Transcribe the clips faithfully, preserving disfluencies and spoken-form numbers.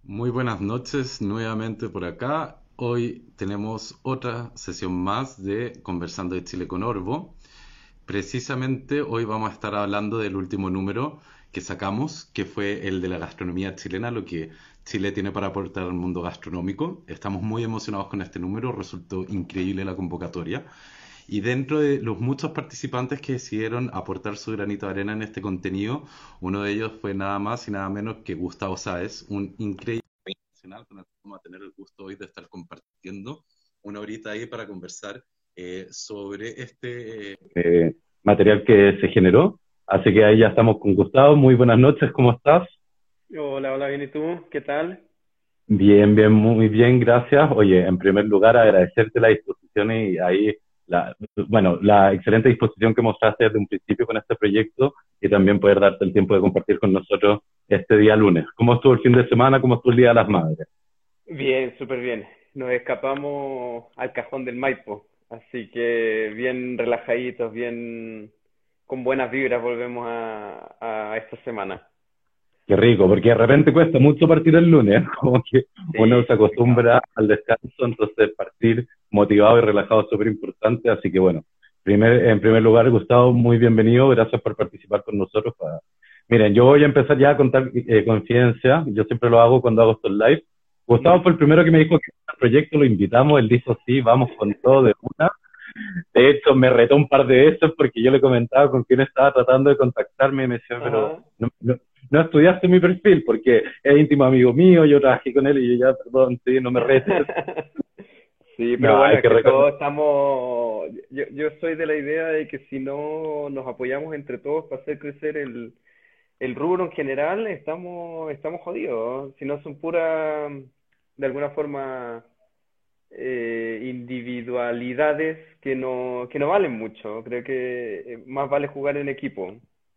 Muy buenas noches nuevamente por acá. Hoy tenemos otra sesión más de Conversando de Chile con Orbo. Precisamente hoy vamos a estar hablando del último número que sacamos, que fue el de la gastronomía chilena, lo que Chile tiene para aportar al mundo gastronómico. Estamos muy emocionados con este número, resultó increíble la convocatoria. Y dentro de los muchos participantes que decidieron aportar su granito de arena en este contenido, uno de ellos fue nada más y nada menos que Gustavo Sáez, un increíble profesional con el que vamos a tener el gusto hoy de estar compartiendo una horita ahí para conversar eh, sobre este eh, eh, material que se generó. Así que ahí ya estamos con Gustavo. Muy buenas noches, ¿cómo estás? Hola, hola, bien, ¿y tú? ¿Qué tal? Bien, bien, muy bien, gracias. Oye, en primer lugar, agradecerte la disposición y ahí, la, bueno, la excelente disposición que mostraste desde un principio con este proyecto y también poder darte el tiempo de compartir con nosotros este día lunes. ¿Cómo estuvo el fin de semana? ¿Cómo estuvo el Día de las Madres? Bien, súper bien. Nos escapamos al cajón del Maipo, así que bien relajaditos, bien con buenas vibras volvemos a, a esta semana. Qué rico, porque de repente cuesta mucho partir el lunes, como que uno Sí, se complicado. acostumbra al descanso, entonces partir motivado y relajado es súper importante, así que bueno, primer, en primer lugar, Gustavo, muy bienvenido, gracias por participar con nosotros. Para... Miren, yo voy a empezar ya a contar eh, confidencia, yo siempre lo hago cuando hago estos live. Gustavo Ujú. fue el primero que me dijo que el proyecto lo invitamos, él dijo sí, vamos con todo de una. De hecho, me retó un par de veces porque yo le comentaba con quién estaba tratando de contactarme y me decía, pero Ajá. no, no, no estudiaste mi perfil porque es íntimo amigo mío, yo trabajé con él y yo ya, perdón, sí, no me retes. Sí, pero No, bueno, hay es que que reconocer. todos estamos, yo, yo soy de la idea de que si no nos apoyamos entre todos para hacer crecer el, el rubro en general, estamos, estamos jodidos. Si no son puras, de alguna forma, eh, individualidades que no, que no valen mucho. Creo que eh, más vale jugar en equipo.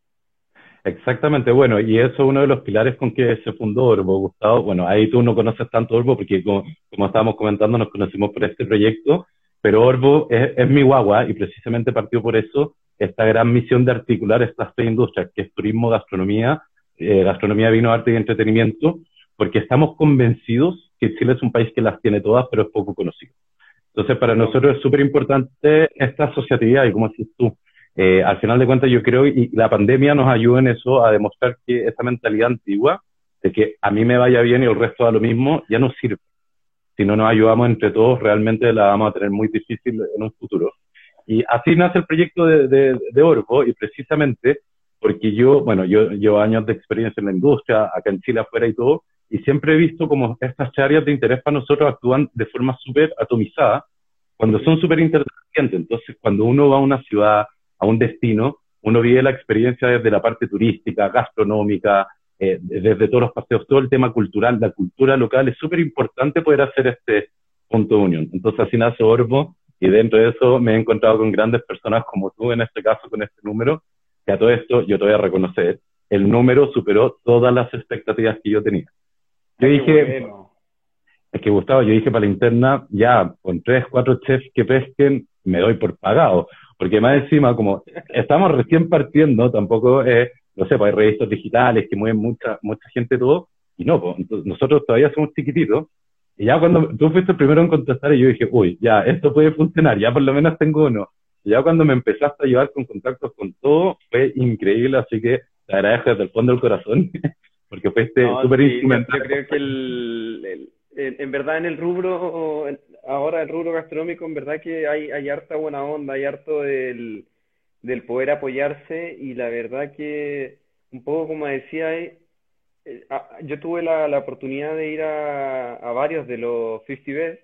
Exactamente, bueno, y eso es uno de los pilares con que se fundó Orbo, Gustavo. Bueno, ahí tú no conoces tanto Orbo porque como, como estábamos comentando nos conocimos por este proyecto, pero Orbo es, es mi guagua y precisamente partió por eso esta gran misión de articular estas tres industrias, que es turismo, gastronomía, eh, gastronomía, vino, arte y entretenimiento, porque estamos convencidos que Chile es un país que las tiene todas, pero es poco conocido. Entonces, para No. nosotros es súper importante esta asociatividad y como decís tú, eh, al final de cuentas yo creo, y la pandemia nos ayuda en eso, a demostrar que esa mentalidad antigua de que a mí me vaya bien y el resto da lo mismo, ya no sirve. Si no nos ayudamos entre todos, realmente la vamos a tener muy difícil en un futuro. Y así nace el proyecto de, de, de Orbo, y precisamente porque yo, bueno, yo llevo años de experiencia en la industria, acá en Chile afuera y todo, y siempre he visto como estas áreas de interés para nosotros actúan de forma súper atomizada, cuando son Ujú. súper interdependientes. Entonces, cuando uno va a una ciudad, a un destino, uno vive la experiencia desde la parte turística, gastronómica, eh, desde todos los paseos, todo el tema cultural, la cultura local, es súper importante poder hacer este punto de unión. Entonces, así nace Orbo, y dentro de eso me he encontrado con grandes personas como tú, en este caso, con este número, que a todo esto yo te voy a reconocer, el número superó todas las expectativas que yo tenía. Yo Ah, qué dije, bueno. es que Gustavo, yo dije para la interna, ya, con tres, cuatro chefs que pesquen, me doy por pagado. Porque más encima, como estamos recién partiendo, tampoco es, no sé, pues hay registros digitales que mueven mucha, mucha gente todo, y no, pues, entonces, nosotros todavía somos chiquititos, y ya cuando tú fuiste el primero en contestar, y yo dije, uy, ya, esto puede funcionar, ya por lo menos tengo uno. Y ya cuando me empezaste a ayudar con contactos con todo, fue increíble, así que te agradezco desde el fondo del corazón, porque fuiste No, súper sí, yo, instrumental. yo creo que el, el- en, en verdad en el rubro, en- ahora el rubro gastronómico, en verdad que hay, hay harta buena onda, hay harto del, del poder apoyarse y la verdad que un poco como decía, eh, eh, ah, yo tuve la, la oportunidad de ir a, a varios de los cincuenta Best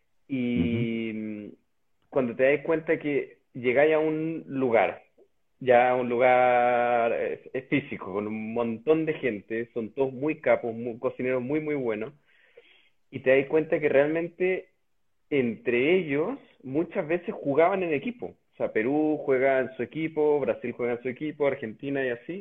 Ujú. y mm, cuando te das cuenta que llegáis a un lugar, ya a un lugar eh, es físico, con un montón de gente, son todos muy capos, muy, cocineros muy, muy buenos, y te das cuenta que realmente entre ellos muchas veces jugaban en equipo. O sea, Perú juega en su equipo, Brasil juega en su equipo, Argentina y así,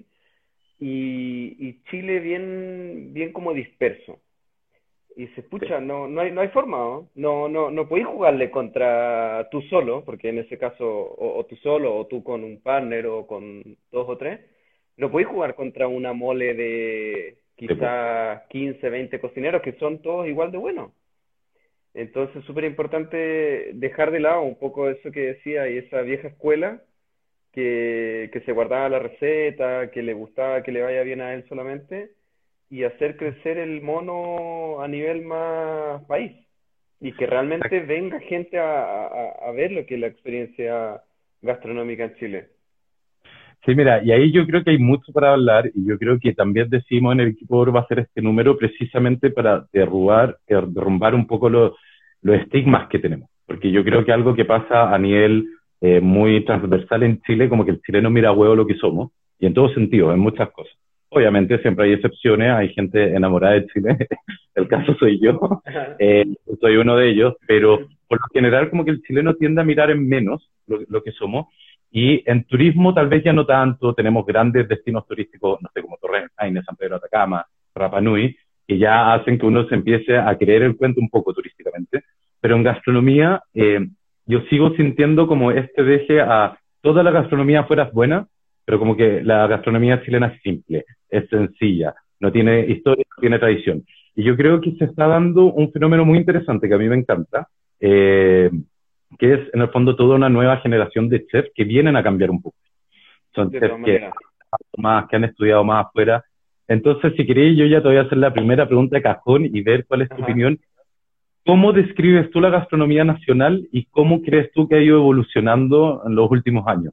y, y Chile bien, bien como disperso. Y se Sí. escucha, no, no hay, no hay forma, ¿no? No, no, no podéis jugarle contra tú solo, porque en ese caso, o, o tú solo, o tú con un partner, o con dos o tres, no podéis jugar contra una mole de, Sí, po. quizás quince, veinte cocineros que son todos igual de buenos. Entonces, súper importante dejar de lado un poco eso que decía y esa vieja escuela que, que se guardaba la receta, que le gustaba que le vaya bien a él solamente, y hacer crecer el mono a nivel más país. Y que realmente venga gente a, a, a ver lo que es la experiencia gastronómica en Chile. Sí, mira, y ahí yo creo que hay mucho para hablar y yo creo que también decimos en el equipo Oro va a hacer este número precisamente para derrubar, der- derrumbar un poco los, los estigmas que tenemos. Porque yo creo que algo que pasa a nivel eh, muy transversal en Chile, como que el chileno mira a huevo lo que somos, y en todo sentido, en muchas cosas. Obviamente siempre hay excepciones, hay gente enamorada de Chile, el caso soy yo, Ajá. eh, soy uno de ellos, pero por lo general como que el chileno tiende a mirar en menos lo, lo que somos y en turismo tal vez ya no tanto, tenemos grandes destinos turísticos, no sé, como Torres Paine, San Pedro de Atacama, Rapa Nui, que ya hacen que uno se empiece a creer el cuento un poco turísticamente. Pero en gastronomía, eh, yo sigo sintiendo como este deje a toda la gastronomía afuera es buena, pero como que la gastronomía chilena es simple, es sencilla, no tiene historia, no tiene tradición. Y yo creo que se está dando un fenómeno muy interesante que a mí me encanta, eh, que es en el fondo toda una nueva generación de chefs que vienen a cambiar un poco. Son De todas chefs que, maneras. más, que han estudiado más afuera. Entonces, si queréis, yo ya te voy a hacer la primera pregunta de cajón y ver cuál es tu Ajá. opinión. ¿Cómo describes tú la gastronomía nacional y cómo crees tú que ha ido evolucionando en los últimos años?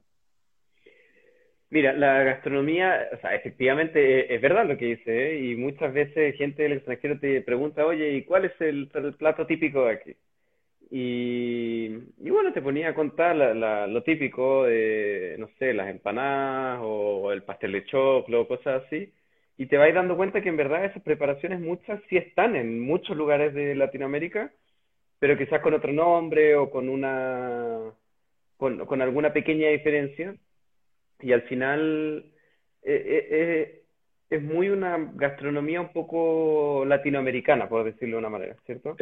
Mira, la gastronomía, o sea, efectivamente es, es verdad lo que dice, ¿eh? Y muchas veces gente del extranjero te pregunta, oye, ¿y cuál es el, el plato típico de aquí? Y, y bueno, te ponía a contar la, la- lo típico de, no sé, las empanadas o el pastel de choclo, cosas así. Y te vas dando cuenta que en verdad esas preparaciones muchas sí están en muchos lugares de Latinoamérica, pero quizás con otro nombre o con una, con, con alguna pequeña diferencia. Y al final eh, eh, eh, es muy una gastronomía un poco latinoamericana, por decirlo de una manera, ¿cierto?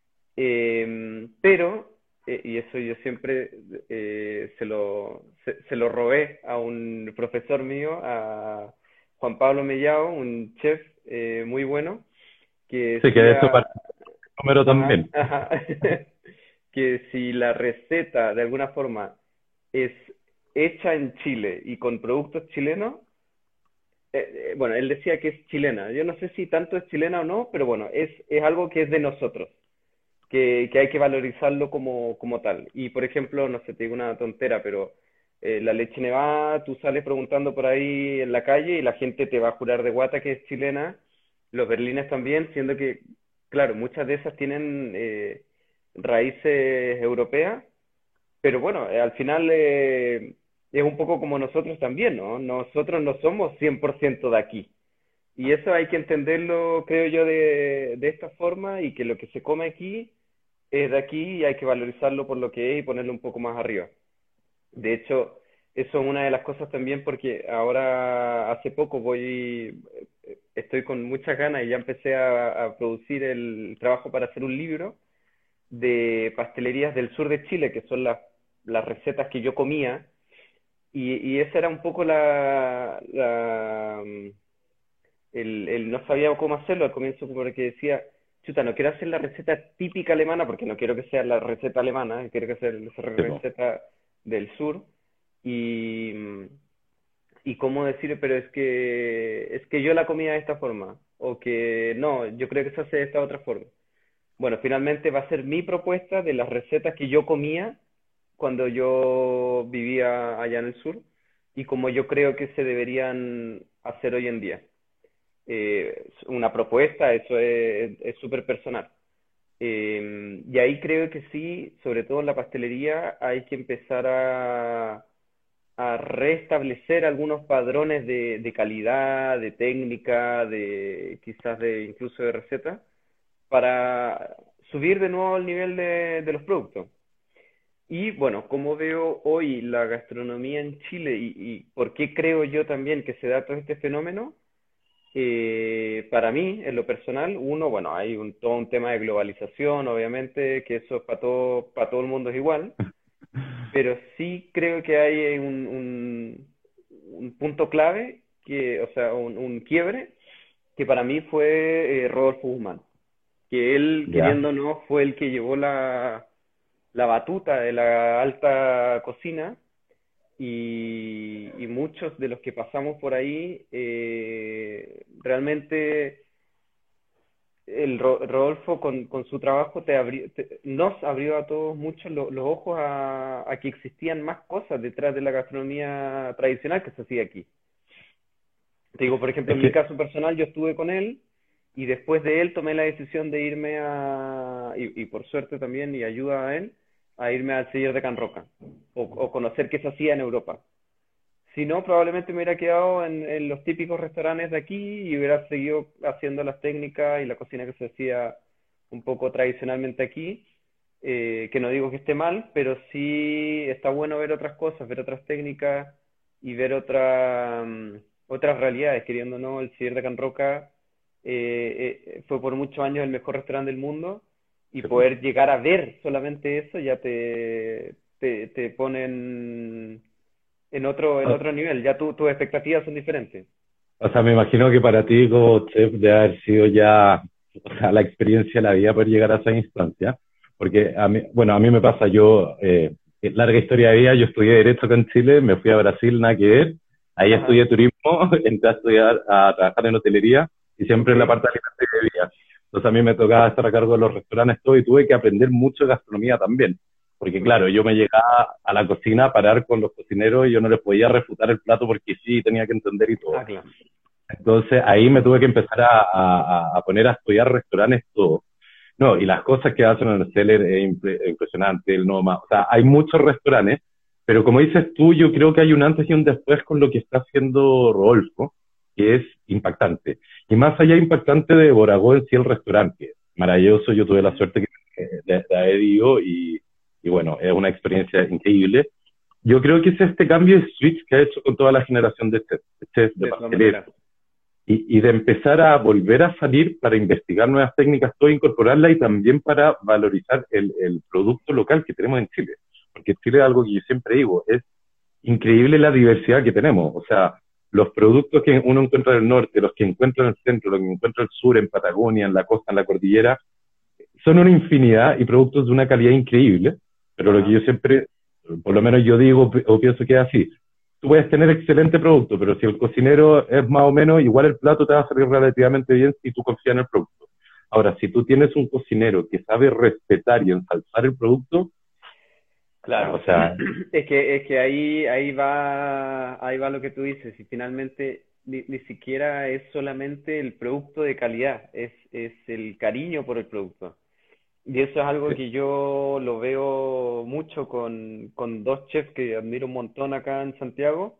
Eh, pero, eh, y eso yo siempre eh, se lo, se, se lo robé a un profesor mío, a Juan Pablo Mellao, un chef eh, muy bueno, que Sí, que de hecho decía, para el número ajá, también. ajá, que si la receta de alguna forma es hecha en Chile y con productos chilenos, eh, eh, bueno, él decía que es chilena. Yo no sé si tanto es chilena o no, pero bueno, es, es algo que es de nosotros, que, que hay que valorizarlo como, como tal. Y por ejemplo, no sé, te digo una tontera, pero eh, la leche nevada, tú sales preguntando por ahí en la calle y la gente te va a jurar de guata que es chilena, los berlines también, siendo que, claro, muchas de esas tienen eh, raíces europeas, pero bueno, eh, al final eh, es un poco como nosotros también, ¿no? Nosotros no somos cien por ciento de aquí. Y eso hay que entenderlo, creo yo, de, de esta forma y que lo que se come aquí es de aquí y hay que valorizarlo por lo que es y ponerlo un poco más arriba. De hecho, eso es una de las cosas también porque ahora hace poco voy, estoy con muchas ganas y ya empecé a, a producir el trabajo para hacer un libro de pastelerías del sur de Chile, que son las, las recetas que yo comía, y, y esa era un poco la, la, el, el no sabía cómo hacerlo al comienzo porque decía, chuta, no quiero hacer la receta típica alemana porque no quiero que sea la receta alemana, quiero que sea la Sí, po. receta del sur y, y cómo decir, pero es que es que yo la comía de esta forma o que no, yo creo que se hace de esta otra forma. Bueno, finalmente va a ser mi propuesta de las recetas que yo comía cuando yo vivía allá en el sur y como yo creo que se deberían hacer hoy en día eh, una propuesta, eso es es súper personal. Eh, y ahí creo que sí, sobre todo en la pastelería, hay que empezar a, a restablecer algunos padrones de, de calidad, de técnica, de quizás de incluso de receta, para subir de nuevo el nivel de, de los productos. Y bueno, como veo hoy la gastronomía en Chile y, y por qué creo yo también que se da todo este fenómeno, eh, para mí, en lo personal, uno, bueno, hay un, todo un tema de globalización, obviamente, que eso para todo, para todo el mundo es igual, pero sí creo que hay un, un, un punto clave, que, o sea, un, un quiebre, que para mí fue eh, Rodolfo Guzmán, que él, Ya. queriendo o no, fue el que llevó la, la batuta de la alta cocina y, y muchos de los que pasamos por ahí eh, realmente el Ro- Rodolfo con, con su trabajo te abrió, te- nos abrió a todos mucho lo- los ojos a, a que existían más cosas detrás de la gastronomía tradicional que se hacía aquí. Te digo, por ejemplo, Es en mi que, caso personal, yo estuve con él y después de él tomé la decisión de irme a, y, y por suerte también, y ayuda a él, a irme al Celler de Can Roca o, o conocer qué se hacía en Europa. Si no, probablemente me hubiera quedado en, en los típicos restaurantes de aquí y hubiera seguido haciendo las técnicas y la cocina que se hacía un poco tradicionalmente aquí, eh, que no digo que esté mal, pero sí está bueno ver otras cosas, ver otras técnicas y ver otra, mm, otras realidades, queriendo o no, el Cider de Can Roca eh, eh, fue por muchos años el mejor restaurante del mundo y sí, po. poder llegar a ver solamente eso ya te, te, te ponen en otro, en O, otro nivel, ya tu, tus expectativas son diferentes. o sea, me imagino que para ti como chef debe haber sido ya, o sea, la experiencia de la vida poder llegar a esa instancia. Porque a mí, bueno, a mí me pasa, yo, eh, larga historia de vida, yo estudié Derecho acá en Chile, me fui a Brasil, nada que ver, ahí Ajá, estudié turismo, entré a estudiar, a trabajar en hotelería y siempre ok, en la parte de alimentaria y bebida. Entonces a mí me tocaba estar a cargo de los restaurantes todo y tuve que aprender mucho de gastronomía también. Porque ok. claro, yo me llegaba a la cocina a parar con los cocineros y yo no les podía refutar el plato porque sí, tenía que entender y todo. Ah, claro. Entonces ahí me tuve que empezar a, a, a poner a estudiar restaurantes todo. No, y las cosas que hacen en el Cellar es impre- impresionante, el Noma. O sea, hay muchos restaurantes, pero como dices tú, yo creo que hay un antes y un después con lo que está haciendo Rodolfo, que es impactante. Y más allá impactante de Boragó en sí el restaurante. Maravilloso, yo tuve la Ujú. suerte que- de, de haber ido y, y bueno, es una experiencia increíble. Yo creo que es este cambio de switch que ha hecho con toda la generación de chefs, de, chefs, de De todas pasteleros, maneras. y, y de empezar a volver a salir para investigar nuevas técnicas, todo incorporarlas y también para valorizar el, el producto local que tenemos en Chile. Porque Chile es algo que yo siempre digo, es increíble la diversidad que tenemos. O sea, los productos que uno encuentra en el norte, los que encuentra en el centro, los que encuentra en el sur, en Patagonia, en la costa, en la cordillera, son una infinidad y productos de una calidad increíble. Pero lo que Ajá. yo siempre, por lo menos yo digo o pienso que es así, tú puedes tener excelente producto, pero si el cocinero es más o menos, igual el plato te va a salir relativamente bien si tú confías en el producto. Ahora, si tú tienes un cocinero que sabe respetar y ensalzar el producto, o Claro. sea, Es que, es que ahí, ahí va, ahí va lo que tú dices, y finalmente ni, ni siquiera es solamente el producto de calidad, es, es el cariño por el producto. Y eso es algo sí, que yo lo veo mucho con, con dos chefs que admiro un montón acá en Santiago,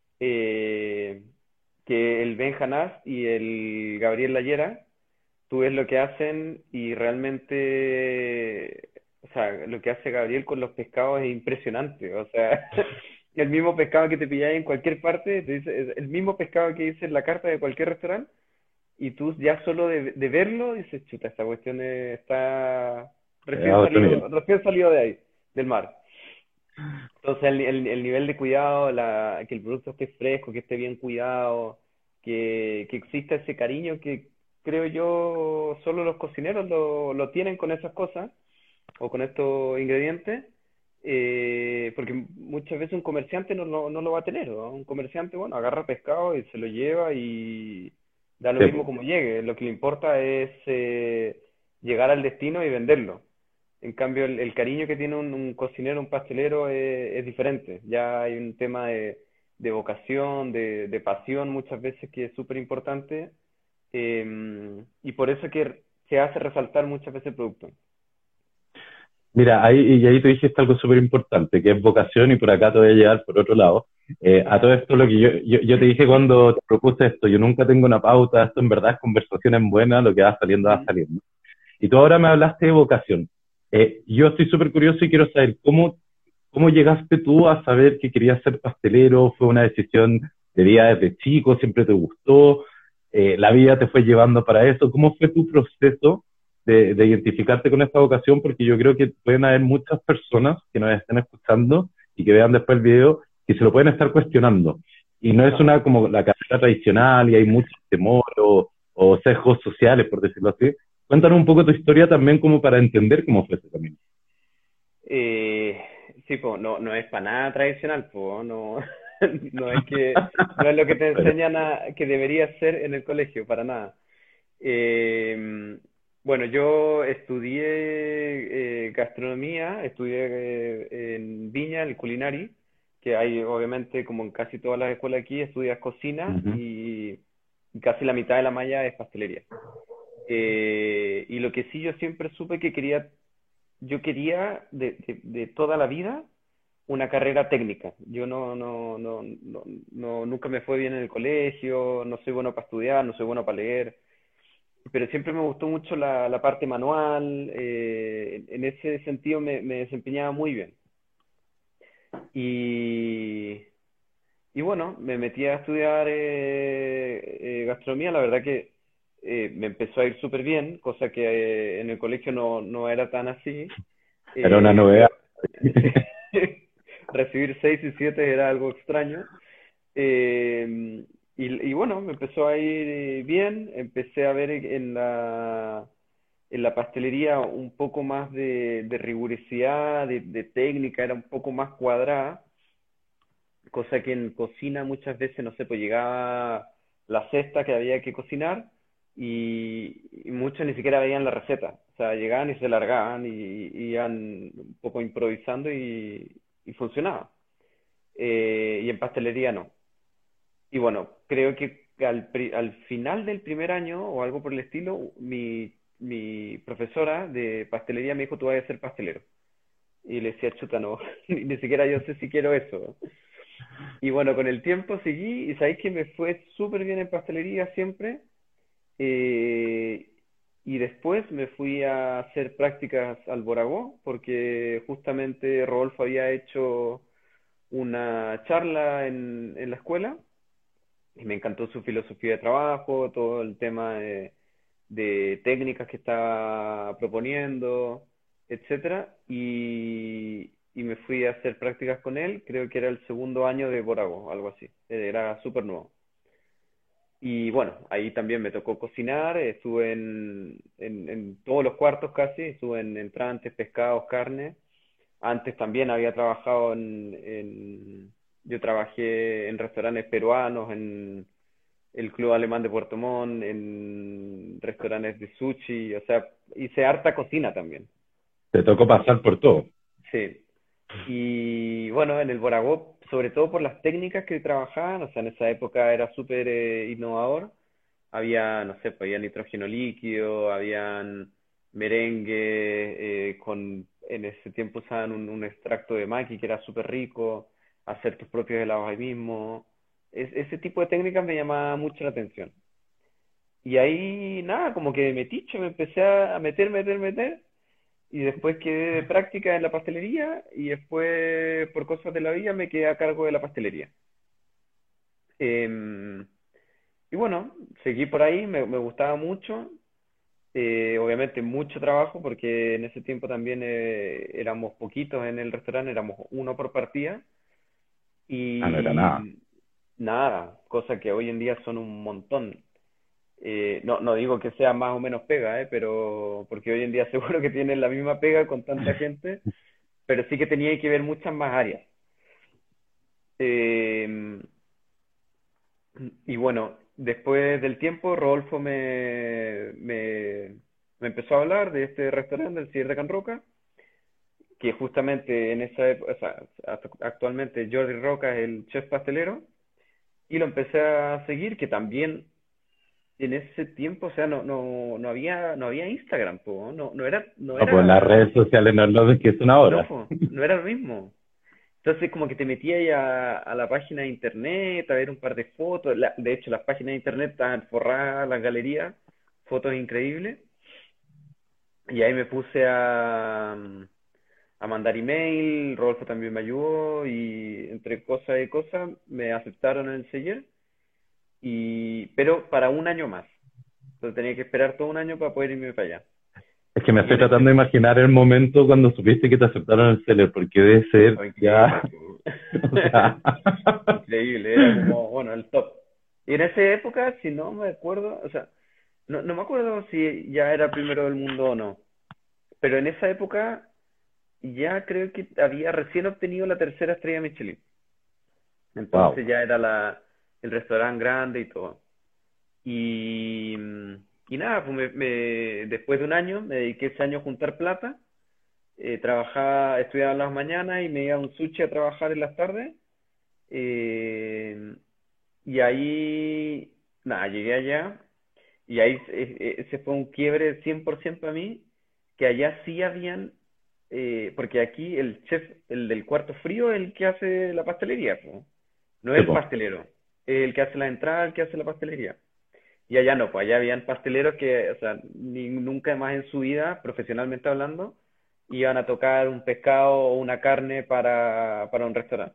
eh, que el Ben Hanás y el Gabriel Layera, tú ves lo que hacen y realmente, o sea, lo que hace Gabriel con los pescados es impresionante. O sea, el mismo pescado que te pilláis en cualquier parte, te dice, es el mismo pescado que dice en la carta de cualquier restaurante, y tú ya solo de, de verlo dices, chuta, esta cuestión está es a recién otro salido, nivel. recién salido de ahí, del mar. Entonces, el, el, el nivel de cuidado, la, que el producto esté fresco, que esté bien cuidado, que, que exista ese cariño que creo yo solo los cocineros lo, lo tienen con esas cosas o con estos ingredientes, eh, porque muchas veces un comerciante no, lo- no lo va a tener, ¿no? Un comerciante, bueno, agarra pescado y se lo lleva y da lo Sí, mismo po. como llegue. Lo que le importa es eh, llegar al destino y venderlo. En cambio, el, el cariño que tiene un, un cocinero, un pastelero es, es diferente. Ya hay un tema de, de vocación, de, de pasión muchas veces que es súper importante, eh, y por eso que se hace resaltar muchas veces el producto. Mira, ahí, y ahí te dijiste algo súper importante, que es vocación, y por acá te voy a llevar por otro lado. Eh, a todo Ajá. esto, lo que yo, yo, yo te dije cuando te propuse esto, yo nunca tengo una pauta, esto en verdad es conversación en buena, lo que va saliendo va Ujú. saliendo. Y tú ahora me hablaste de vocación. Eh, yo estoy súper curioso y quiero saber cómo, cómo llegaste tú a saber que querías ser pastelero. ¿Fue una decisión de vida desde chico? ¿Siempre te gustó? Eh, ¿la vida te fue llevando para eso? ¿Cómo fue tu proceso de, de identificarte con esta vocación? Porque yo creo que pueden haber muchas personas que nos estén escuchando y que vean después el video y se lo pueden estar cuestionando. Y no es Ajá. una como la carrera tradicional y hay mucho temor o, o sesgos sociales, por decirlo así. Cuéntanos un poco tu historia también como para entender cómo fue ese camino. Eh, sí, pues no, no es para nada tradicional, pues no, no es que, no es lo que te Pero, enseñan a, que debería ser en el colegio, para nada. Eh, bueno, yo estudié eh, gastronomía, estudié eh, en Viña, el Culinari, que hay obviamente como en casi todas las escuelas aquí, estudias cocina ujú. y casi la mitad de la malla es pastelería. Eh, y lo que sí yo siempre supe que quería, yo quería de, de, de toda la vida una carrera técnica. Yo no, no, no, no, no, nunca me fue bien en el colegio, no soy bueno para estudiar, no soy bueno para leer, pero siempre me gustó mucho la, la parte manual, eh, en ese sentido me, me desempeñaba muy bien. Y, y bueno, me metí a estudiar eh, eh, gastronomía, la verdad que eh, me empezó a ir súper bien, cosa que eh, en el colegio no, no era tan así. Era una Eh, novedad. yo, sí, recibir seis y siete era algo extraño. Eh, y, y bueno, me empezó a ir bien, empecé a ver en la, en la pastelería un poco más de, de rigurosidad, de, de técnica, era un poco más cuadrada, cosa que en cocina muchas veces, no sé, pues llegaba la cesta que había que cocinar y, y muchos ni siquiera veían la receta, o sea, llegaban y se largaban y, y iban un poco improvisando y, y funcionaba. Eh, y en pastelería no. Y bueno, creo que al, pri- al final del primer año o algo por el estilo, mi, mi profesora de pastelería me dijo, tú vas a ser pastelero. Y le decía, chuta, no, ni ni siquiera yo sé si quiero eso. Y bueno, con el tiempo seguí y sabéis que me fue súper bien en pastelería siempre. Eh, y después me fui a hacer prácticas al Boragó, porque justamente Rodolfo había hecho una charla en, en la escuela y me encantó su filosofía de trabajo, todo el tema de, de técnicas que estaba proponiendo, etcétera, y, y me fui a hacer prácticas con él, creo que era el segundo año de Borago, algo así, era súper nuevo. Y bueno, ahí también me tocó cocinar, estuve en, en, en todos los cuartos casi, estuve en entrantes, pescados, carne. Antes también había trabajado en, en- yo trabajé en restaurantes peruanos, en el Club Alemán de Puerto Montt, en restaurantes de sushi, o sea, hice harta cocina también. Te tocó pasar por todo. Sí. Y bueno, en el Boragó, sobre todo por las técnicas que trabajaban, o sea, en esa época era súper eh, innovador. Había, no sé, pues había nitrógeno líquido, habían merengue, eh, con, en ese tiempo usaban un, un extracto de maqui que era súper rico, hacer tus propios helados ahí mismo. Es- ese tipo de técnicas me llamaba mucho la atención. Y ahí, nada, como que de metiche me empecé a a meter, meter, meter. Y después quedé de práctica en la pastelería y después, por cosas de la vida, me quedé a cargo de la pastelería. Em, y bueno, seguí por ahí, me, me gustaba mucho. Eh, obviamente mucho trabajo porque en ese tiempo también eh, éramos poquitos en el restaurante, éramos uno por partida. Ah, no era nada. Y nada, cosas que hoy en día son un montón. Eh, no, no digo que sea más o menos pega, eh, pero porque hoy en día seguro que tienen la misma pega con tanta gente, pero sí que tenía que ver muchas más áreas. Eh, y bueno, después del tiempo, Rodolfo me, me, me empezó a hablar de este restaurante, el Cider de Can Roca, que justamente en esa época, o sea, hasta- actualmente Jordi Roca es el chef pastelero, y lo empecé a seguir, que también en ese tiempo, o sea, no, no, no había, no había Instagram, po, no, no era, no No, pues las era, redes sociales no es lo que son no, ahora. po, no era lo mismo. Entonces como que te metía ahí a, a la página de internet a ver un par de fotos. La- de hecho, las páginas de internet estaban forradas, las galerías, fotos increíbles. Y ahí me puse a, a mandar email, Rodolfo también me ayudó y entre cosas y cosas me aceptaron en el seller, y, pero para un año más. Entonces tenía que esperar todo un año para poder irme para allá. Es que me Y estoy en tratando de ese, imaginar el momento cuando supiste que te aceptaron el seller, porque debe ser oh, increíble, ya, po. o sea, Increíble, era como, bueno, el top. Y en esa época, si no me acuerdo, o sea, no, no me acuerdo si ya era primero del mundo o no, pero en esa época ya creo que había recién obtenido la tercera estrella Michelin. Wow. Entonces ya era la, el restaurante grande y todo. Y, mm, y nada, pues me, me- después de un año me dediqué ese año a juntar plata. Eh, trabajaba, estudiaba en las mañanas y me iba a un sushi a trabajar en las tardes. Eh, y ahí, nada, llegué allá y ahí eh, eh, ese fue un quiebre cien por ciento para mí, que allá sí habían, eh, porque aquí el chef, el del cuarto frío, es el que hace la pastelería, po. No es Sí, el po. pastelero, es el que hace la entrada, el que hace la pastelería. Y allá no, pues allá habían pasteleros que, o sea, ni, nunca más en su vida, profesionalmente hablando, iban a tocar un pescado o una carne para, para un restaurante.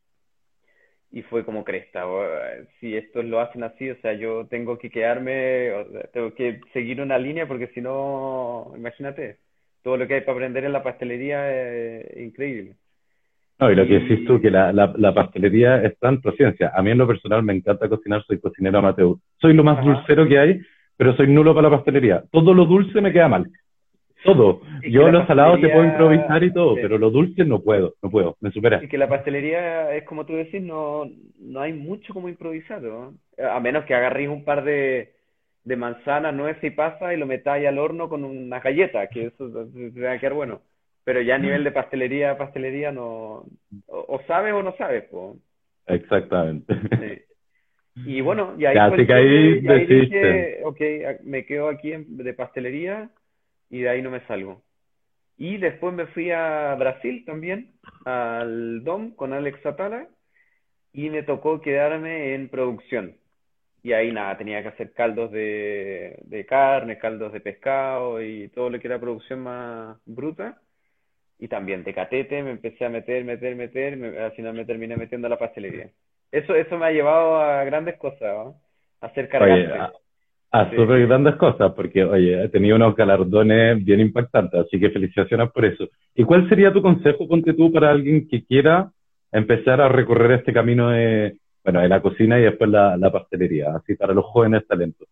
Y fue como cresta, o, eh, si estos lo hacen así, o sea, yo tengo que quedarme, o sea, tengo que seguir una línea porque si no, imagínate, todo lo que hay para aprender en la pastelería es increíble. No, y lo que decís tú, Y, que la, la, la pastelería es tanto ciencia. A mí en lo personal me encanta cocinar, soy cocinero amateur. Soy lo más ajá, dulcero que hay, pero soy nulo para la pastelería. Todo lo dulce me queda mal. Todo. es que Yo la lo salado te puedo pastelería, improvisar y todo, sí, pero lo dulce no puedo, no puedo, me supera. y que la pastelería es como tú decís, no, no hay mucho como improvisar, ¿no? A menos que agarréis un par de, de manzanas, nueces y pasas y lo metáis al horno con una galleta, que eso te te va a quedar bueno. Pero ya a nivel de pastelería, pastelería no, o, o sabes o no sabes, pues. Exactamente. Sí. Y bueno, y ahí Ya, fue así el que quiebre, ahí y ahí decidiste. dije, ok, a- me quedo aquí en- de pastelería y de ahí no me salgo. Y después me fui a Brasil también, al D O M con Alex Atala, y me tocó quedarme en producción. Y ahí nada, tenía que hacer caldos de, de carne, caldos de pescado y todo lo que era producción más bruta. Y también de catete me empecé a meter, meter, meter, me- al final me terminé metiendo a la pastelería. Eso, eso me ha llevado a grandes cosas, ¿no? A ser Oye, a, cargante. a Sí. súper grandes cosas, porque, oye, he tenido unos galardones bien impactantes, así que felicitaciones por eso. ¿Y cuál sería tu consejo, ponte tú, para alguien que quiera empezar a recorrer este camino de, bueno, de la cocina y después la, la pastelería, así para los jóvenes talentos?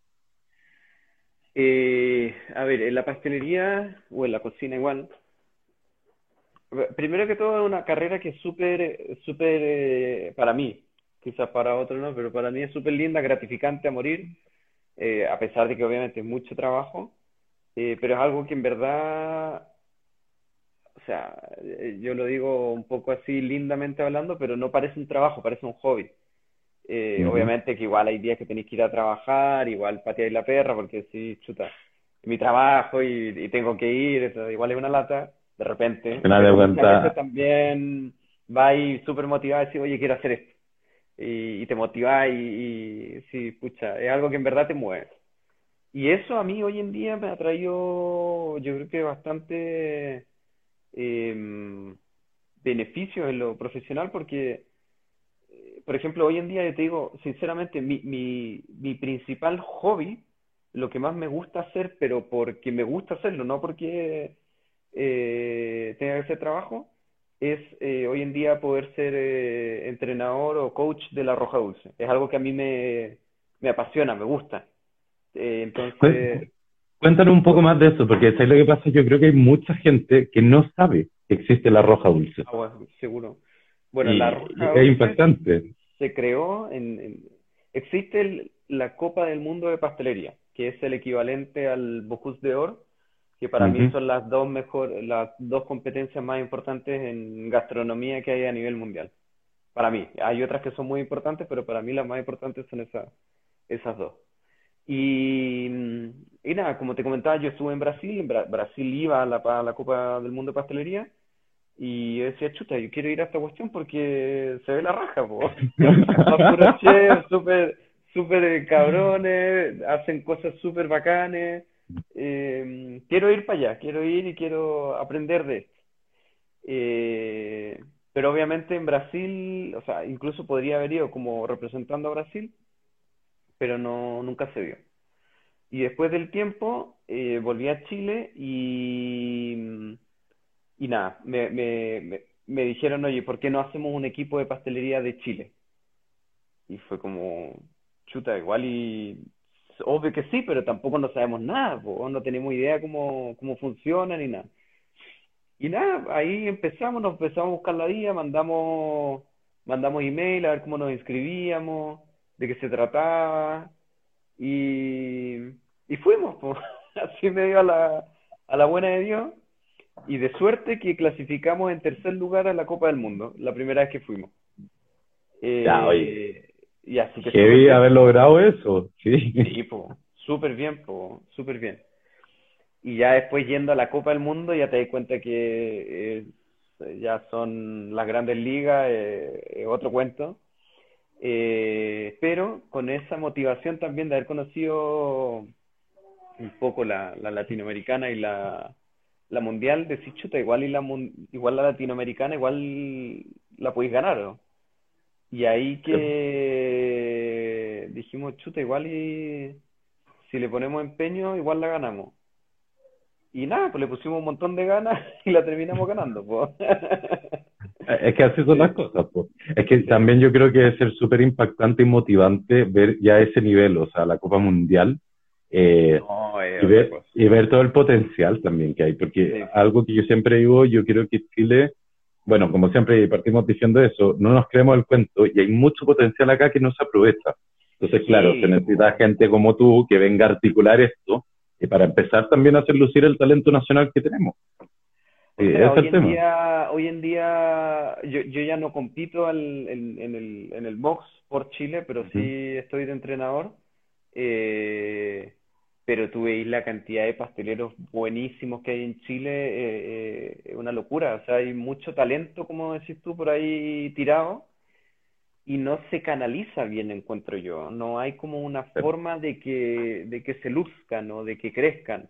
Eh, a ver, en la pastelería o en la cocina igual. Primero que todo es una carrera que es súper, súper, eh, para mí, quizás para otros no, pero para mí es súper linda, gratificante a morir, eh, a pesar de que obviamente es mucho trabajo, eh, pero es algo que en verdad, o sea, eh, yo lo digo un poco así lindamente hablando, pero no parece un trabajo, parece un hobby. Eh, Ujú. obviamente que igual hay días que tenéis que ir a trabajar, igual pateáis la perra, porque sí, chuta, es mi trabajo y, y tengo que ir, eso igual es una lata, de Al repente, final de pero muchas veces cuentas, también vais súper motivado a decir, oye, quiero hacer esto, y, y te motiváis y, y sí, pucha, es algo que en verdad te mueve. Y eso a mí hoy en día me ha traído, yo creo que bastante em, beneficios en lo profesional, porque eh, por ejemplo, hoy en día yo te digo, sinceramente, mi, mi, mi principal hobby, lo que más me gusta hacer, pero porque me gusta hacerlo, no porque eh, tenga que hacer trabajo, es eh, hoy en día poder ser eh, entrenador o coach de la Roja Dulce. Es algo que a mí me, me apasiona, me gusta. Eh, cué- entonces, cuéntanos un poco más de eso, porque ¿sabes lo que pasa? Yo creo que hay mucha gente que no sabe que existe la roja dulce. ah, bueno, seguro. Bueno, la Y, y Roja es Dulce impactante. se creó en, en- existe el- la Copa del Mundo de Pastelería, que es el equivalente al Bocuse d'Or, que para mí Ujú. son las dos mejor, las dos competencias más importantes en gastronomía que hay a nivel mundial. Para mí, hay otras que son muy importantes, pero para mí las más importantes son esas, esas dos. Y, mm, y nada, como te comentaba, yo estuve en Brasil, en Bra- Brasil iba a la, a la Copa del Mundo de Pastelería, y yo decía, chuta, yo quiero ir a esta cuestión porque se ve la raja, po. Van puros chefs, súper, súper eh, cabrones, hacen cosas súper bacanes. Eh, quiero ir para allá, quiero ir y quiero aprender de esto. Eh, pero obviamente en Brasil, o sea, incluso podría haber ido como representando a Brasil, pero no, nunca se dio. Y después del tiempo, eh, volví a Chile y y nada, me, me, me, me dijeron, oye, ¿por qué no hacemos un equipo de pastelería de Chile? Y fue como, chuta, igual y obvio que sí, pero tampoco no sabemos nada, po, no tenemos idea cómo, cómo funciona ni nada. Y nada, ahí empezamos, nos empezamos a buscar la vida, mandamos, mandamos email a ver cómo nos inscribíamos, de qué se trataba, y, y fuimos, pues, así medio a la, a la buena de Dios, y de suerte que clasificamos en tercer lugar a la Copa del Mundo, la primera vez que fuimos. Ya, oye, Eh, y así que súper heavy bien, haber pues. logrado eso, sí. Sí, pues, súper bien, pues, súper bien. Y ya después yendo a la Copa del Mundo ya te das cuenta que eh, ya son las grandes ligas, eh, eh, otro cuento. Eh, pero con esa motivación también de haber conocido un poco la, la latinoamericana y la, la mundial, decís, chuta, igual, y la, mun- igual la latinoamericana, igual la podéis ganar, ¿no? Y ahí que dijimos, chuta, igual y si le ponemos empeño, igual la ganamos. Y nada, pues le pusimos un montón de ganas y la terminamos ganando, pues. Es que así son las Sí, cosas, pues. Es que sí. también yo creo que debe ser súper impactante y motivante ver ya ese nivel, o sea, la Copa Mundial, eh, No, es y otra ver, cosa. y ver todo el potencial también que hay, porque Sí, algo que yo siempre digo, yo creo que Chile, bueno, como siempre partimos diciendo eso, no nos creemos el cuento y hay mucho potencial acá que no se aprovecha. Entonces, claro, se sí, necesita po. gente como tú que venga a articular esto y para empezar también a hacer lucir el talento nacional que tenemos. Sí, O ese sea, es hoy el en tema. día, hoy en día, yo, yo ya no compito al- en, en el, en el box por Chile, pero Ujú. sí estoy de entrenador. Eh, pero tú veis la cantidad de pasteleros buenísimos que hay en Chile, eh, eh, es una locura. O sea, hay mucho talento, como decís tú, por ahí tirado y no se canaliza bien, encuentro yo. No hay como una forma de que, de que se luzcan o de que crezcan.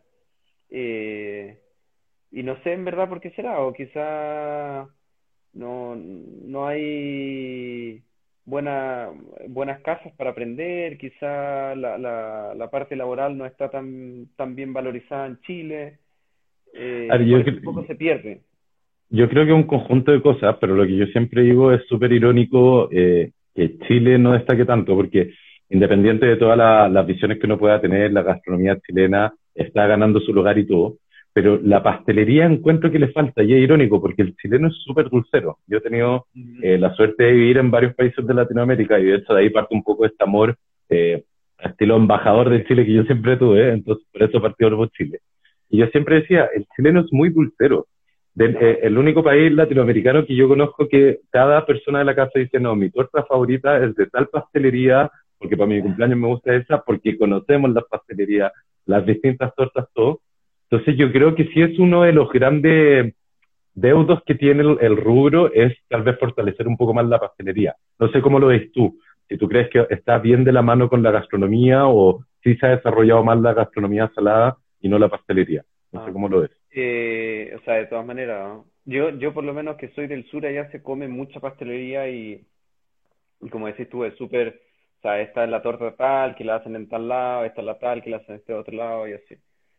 Eh, y no sé en verdad por qué será, o quizá no, no hay buena, buenas casas para aprender, quizá la, la, la parte laboral no está tan, tan bien valorizada en Chile, A eh, y ver, por yo, eso un poco se pierde. Yo creo que es un conjunto de cosas, pero lo que yo siempre digo es súper irónico eh, que Chile no destaque tanto, porque independiente de todas la- las visiones que uno pueda tener, la gastronomía chilena está ganando su lugar y todo, pero la pastelería encuentro que le falta, y es irónico, porque el chileno es súper dulcero. Yo he tenido Ujú. eh, la suerte de vivir en varios países de Latinoamérica, y de hecho de ahí parte un poco este amor eh, estilo embajador de Chile que yo siempre tuve, entonces por eso partí por Chile. Y yo siempre decía, el chileno es muy dulcero del, eh, el único país latinoamericano que yo conozco que cada persona de la casa dice, no, mi torta favorita es de tal pastelería, porque para mi cumpleaños me gusta esa, porque conocemos las pastelerías, las distintas tortas, todo. Entonces yo creo que sí es uno de los grandes deudos que tiene el, el rubro, es tal vez fortalecer un poco más la pastelería. No sé cómo lo ves tú, si tú crees que está bien de la mano con la gastronomía o si se ha desarrollado más la gastronomía salada y no la pastelería. No sé Ah, cómo lo ves. eh, o sea, de todas maneras, ¿no? Yo, yo por lo menos que soy del sur, allá se come mucha pastelería y, y como decís tú, es súper, o sea, esta es la torta tal, que la hacen en tal lado, esta es la tal, que la hacen en este otro lado y así.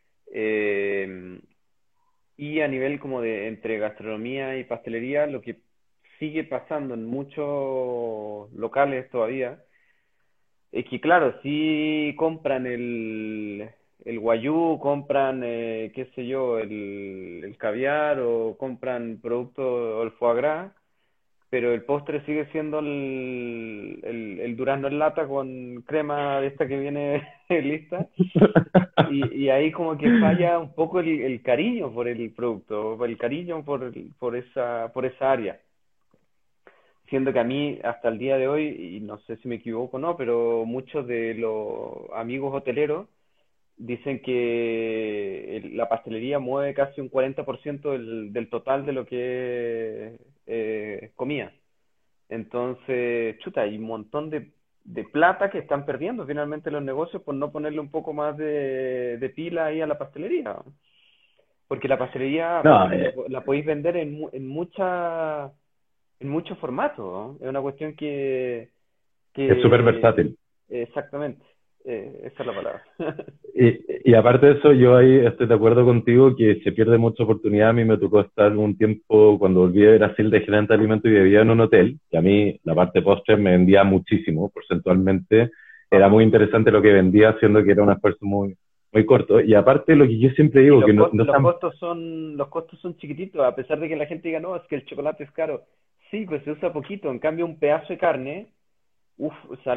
Eh, y a nivel como de entre gastronomía y pastelería, lo que sigue pasando en muchos locales todavía es que, claro, sí compran el, el guayú, compran, eh, qué sé yo, el, el caviar o compran productos, o el foie gras, pero el postre sigue siendo el, el, el durazno en lata con crema de esta que viene lista. Y, y ahí como que falla un poco el, el cariño por el producto, el cariño por, el- por esa, por esa área. Siendo que a mí hasta el día de hoy, y no sé si me equivoco o no, pero muchos de los amigos hoteleros dicen que el- la pastelería mueve casi un cuarenta por ciento del, del total de lo que es eh, comida. Entonces, chuta, hay un montón de, de plata que están perdiendo finalmente los negocios por no ponerle un poco más de, de pila ahí a la pastelería. Porque la pastelería, No, aparte, la, eh, po- la podéis vender en, mu- en mucha, en muchos formatos, ¿no? Es una cuestión que, es súper que versátil. exactamente, eh, esa es la palabra. Y, y aparte de eso, yo ahí estoy de acuerdo contigo que se pierde mucha oportunidad. A mí me tocó estar un tiempo cuando volví de Brasil de gerente de alimentos y bebida en un hotel, y a mí la parte postre me vendía muchísimo, porcentualmente, era muy Ajá. interesante lo que vendía, siendo que era un esfuerzo muy, muy corto. Y aparte, lo que yo siempre Y digo, los que no, cos- no los están. costos son, los costos son chiquititos, a pesar de que la gente diga, no, es que el chocolate es caro. Sí, pues se usa poquito. En cambio, un pedazo de carne, uff,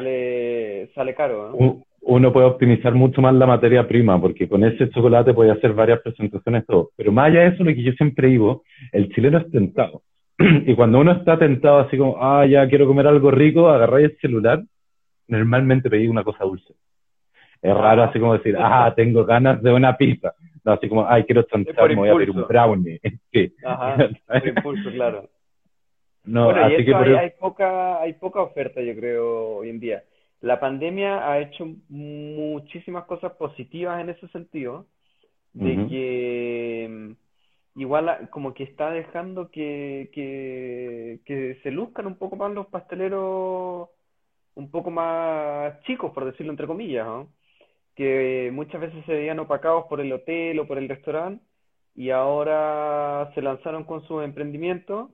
sale, sale caro, ¿eh? u- uno puede optimizar mucho más la materia prima, porque con ese chocolate puede hacer varias presentaciones, todo. Pero más allá de eso, lo que yo siempre digo, el chileno es tentado. Y cuando uno está tentado, así como, ah, ya quiero comer algo rico, agarráis el celular, normalmente pedís una cosa dulce. Es raro así Ajá. como decir, ah, tengo ganas de una pizza. No, así como, ay, quiero Es por chanchar, me voy a pedir un impulso. brownie. Sí. Ajá. Por impulso, claro. No, Bueno, y así que eso por hay, eso. hay poca, hay poca oferta, yo creo, hoy en día. La pandemia ha hecho muchísimas cosas positivas en ese sentido, de Ujú. que mm, igual a- como que está dejando que, que, que se luzcan un poco más los pasteleros un poco más chicos, por decirlo entre comillas, ¿no? Que muchas veces se veían opacados por el hotel o por el restaurante y ahora se lanzaron con sus emprendimientos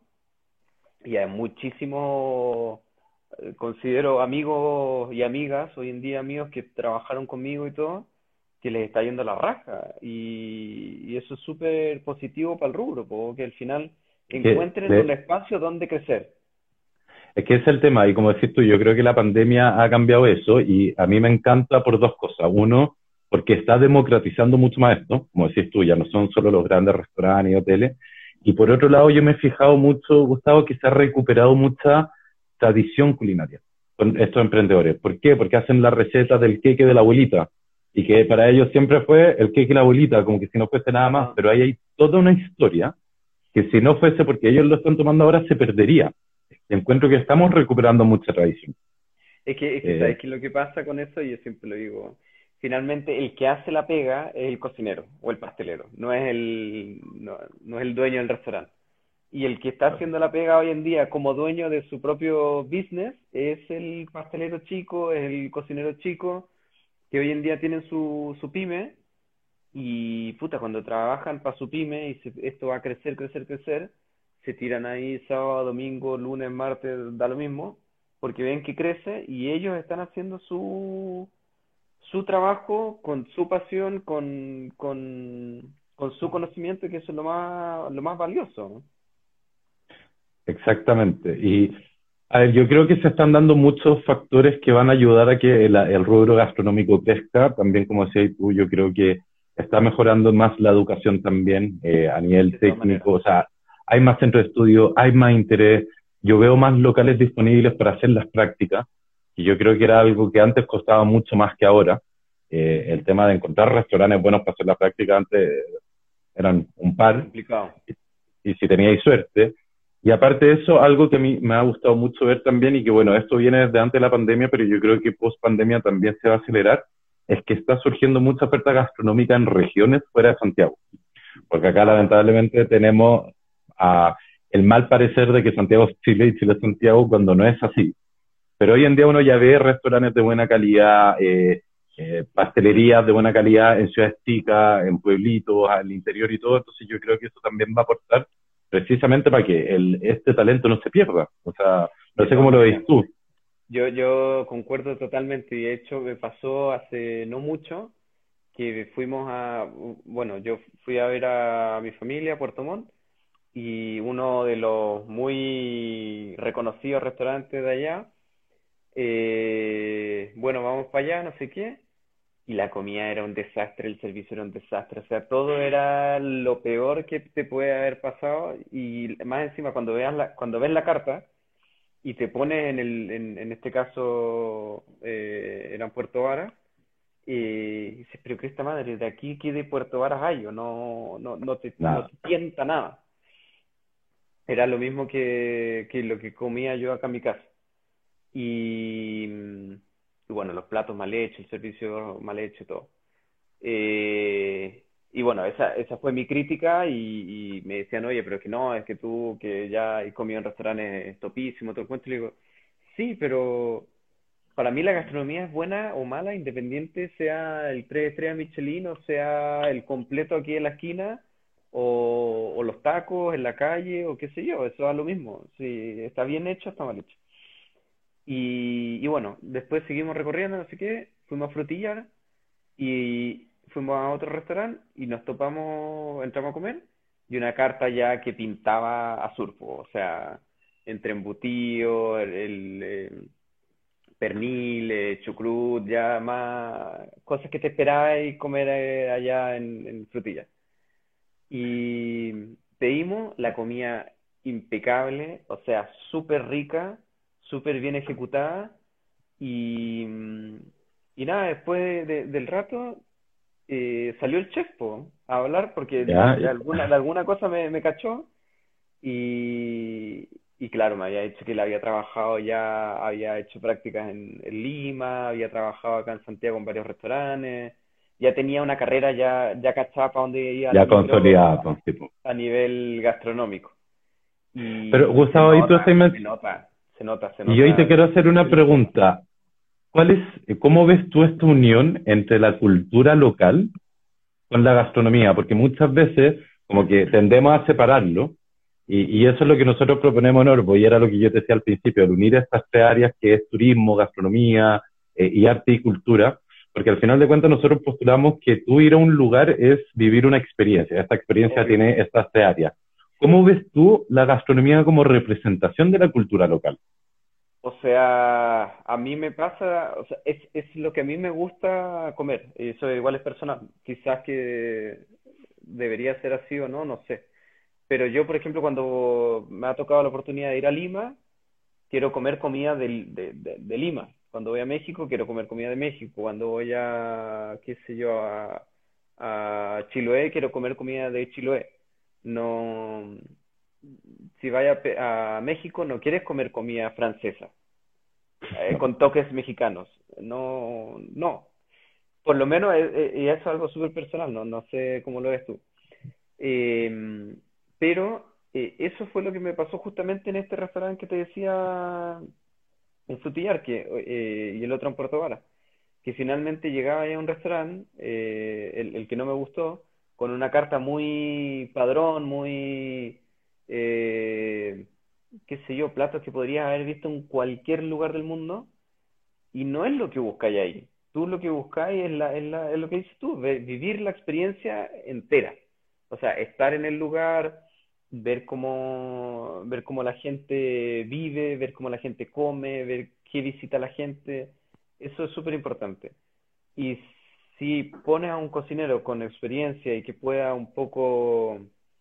y hay muchísimos, eh, considero amigos y amigas, hoy en día amigos que trabajaron conmigo y todo, que les está yendo la raja y, y eso es súper positivo para el rubro, porque al final Es que, encuentren un de, espacio donde crecer. es que ese es el tema, y como decís tú, yo creo que la pandemia ha cambiado eso, y a mí me encanta por dos cosas. Uno, porque está democratizando mucho más esto, como decís tú, ya no son solo los grandes restaurantes y hoteles. Y por otro lado, yo me he fijado mucho, Gustavo, que se ha recuperado mucha tradición culinaria con estos emprendedores. ¿Por qué? Porque hacen la receta del queque de la abuelita, y que para ellos siempre fue el queque de la abuelita, como que si no fuese nada más, Ajá. pero ahí hay toda una historia que si no fuese porque ellos lo están tomando ahora se perdería. Encuentro que estamos recuperando mucha tradición. Es que, es que, Eh, ¿sabes qué es lo que pasa con eso? Y yo siempre lo digo. Finalmente, el que hace la pega es el cocinero o el pastelero, no es el, no, no es el dueño del restaurante. Y el que está haciendo la pega hoy en día como dueño de su propio business es el pastelero chico, es el cocinero chico, que hoy en día tienen su, su pyme y puta, cuando trabajan para su pyme y se- esto va a crecer, crecer, crecer, se tiran ahí sábado, domingo, lunes, martes, da lo mismo, porque ven que crece y ellos están haciendo su, su trabajo con su pasión, con, con, con su conocimiento, que eso es lo más, lo más valioso, ¿no? exactamente. Y a ver, yo creo que se están dando muchos factores que van a ayudar a que el, el rubro gastronómico crezca. También, como decías tú, yo creo que está mejorando más la educación también eh, a nivel De todas maneras. técnico. O sea, hay más centros de estudio, hay más interés. Yo veo más locales disponibles para hacer las prácticas. Y yo creo que era algo que antes costaba mucho más que ahora. Eh, el tema de encontrar restaurantes buenos para hacer la práctica antes eran un par, Complicado. y si teníais suerte. Y aparte de eso, algo que a mí me ha gustado mucho ver también, y que bueno, esto viene desde antes de la pandemia, pero yo creo que post pandemia también se va a acelerar, es que está surgiendo mucha oferta gastronómica en regiones fuera de Santiago. Porque acá Ajá. lamentablemente tenemos a el mal parecer de que Santiago es Chile y Chile es Santiago cuando no es así. Pero hoy en día uno ya ve restaurantes de buena calidad, eh, eh, pastelerías de buena calidad en ciudades chicas, en pueblitos, al interior y todo. Entonces yo creo que eso también va a aportar precisamente para que el, este talento no se pierda. O sea, no De sé todas cómo lo maneras. veis tú. Yo, yo concuerdo totalmente y de hecho me pasó hace no mucho que fuimos a, bueno, yo fui a ver a mi familia a Puerto Montt y uno de los muy reconocidos restaurantes de allá, eh, bueno, vamos para allá, no sé qué, y la comida era un desastre, el servicio era un desastre, o sea, todo era lo peor que te puede haber pasado y más encima cuando veas la, cuando ves la carta y te pones en el, en, en este caso, eh, era en Puerto Varas, y dices, pero que esta madre, de aquí que de Puerto Varas hay, o no, no, no te, no Nada, te tienta nada. Era lo mismo que, que lo que comía yo acá en mi casa. Y, mm, y bueno, los platos mal hechos, el servicio mal hecho y todo. Eh, y bueno, esa, esa fue mi crítica y, y me decían, oye, pero es que no, es que tú que ya has comido en restaurantes topísimos, todo el cuento, y le digo, sí, pero para mí la gastronomía es buena o mala, independiente sea el tres estrellas Michelin o sea el completo aquí en la esquina o, o los tacos en la calle o qué sé yo, eso es lo mismo. Si está bien hecho, está mal hecho. Y, y bueno, después seguimos recorriendo, no sé qué, fuimos a Frutillar y fuimos a otro restaurante y nos topamos, entramos a comer y una carta ya que pintaba a surfo, o sea, entre embutido, el, el, eh, pernil, eh, chucrut, ya más cosas que te esperabas comer eh, allá en, en Frutillar. Y pedimos la comida impecable, o sea, súper rica, súper bien ejecutada. Y, mm, y nada, después de- del rato eh, salió el chef po, a hablar porque Ya, de alguna, de alguna cosa me, me cachó y, y claro, me había dicho que él había trabajado ya, había hecho prácticas en, en Lima, había trabajado acá en Santiago en varios restaurantes, ya tenía una carrera ya, ya cachada para donde iba la ya micro consolidada, pues, tipo. a nivel gastronómico. Pero Y, y se Gustavo, ahí tú estás nota, men- se nota, se nota, se y hoy te nota quiero hacer una el esfuerzo. pregunta. ¿Cuál es, eh, cómo ves tú esta unión entre la cultura local con la gastronomía? Porque muchas veces como que tendemos a separarlo y, y eso es lo que nosotros proponemos en Orbo y era lo que yo te decía al principio, el unir estas tres áreas que es turismo, gastronomía eh, y arte y cultura, porque al final de cuentas nosotros postulamos que tú ir a un lugar es vivir una experiencia, esta experiencia Obvio. tiene estas tres áreas. ¿Cómo ves tú la gastronomía como representación de la cultura local? O sea, a mí me pasa, o sea, es, es lo que a mí me gusta comer, y eso igual es personal, quizás que debería ser así o no, no sé. Pero yo, por ejemplo, cuando me ha tocado la oportunidad de ir a Lima, quiero comer comida del- de, de, de Lima. Cuando voy a México, quiero comer comida de México. Cuando voy a, qué sé yo, a, a Chiloé, quiero comer comida de Chiloé. No, si vaya a, Pe- a México, no quieres comer comida francesa, eh, con toques mexicanos. No, no. Por lo menos, eh, eh, y eso es algo súper personal, no, no sé cómo lo ves tú. Eh, pero eh, eso fue lo que me pasó justamente en este restaurante que te decía en Frutillar que, eh, y el otro en Puerto Vara, que finalmente llegaba a un restaurante, eh, el, el que no me gustó, con una carta muy padrón, muy, eh, qué sé yo, platos que podrías haber visto en cualquier lugar del mundo, y no es lo que buscáis ahí. Tú lo que buscáis es, la, es, la, es lo que dices tú, ve- vivir la experiencia entera. O sea, estar en el lugar, ver cómo, ver cómo la gente vive, ver cómo la gente come, ver qué visita la gente. Eso es súper importante. Y si pones a un cocinero con experiencia y que pueda un poco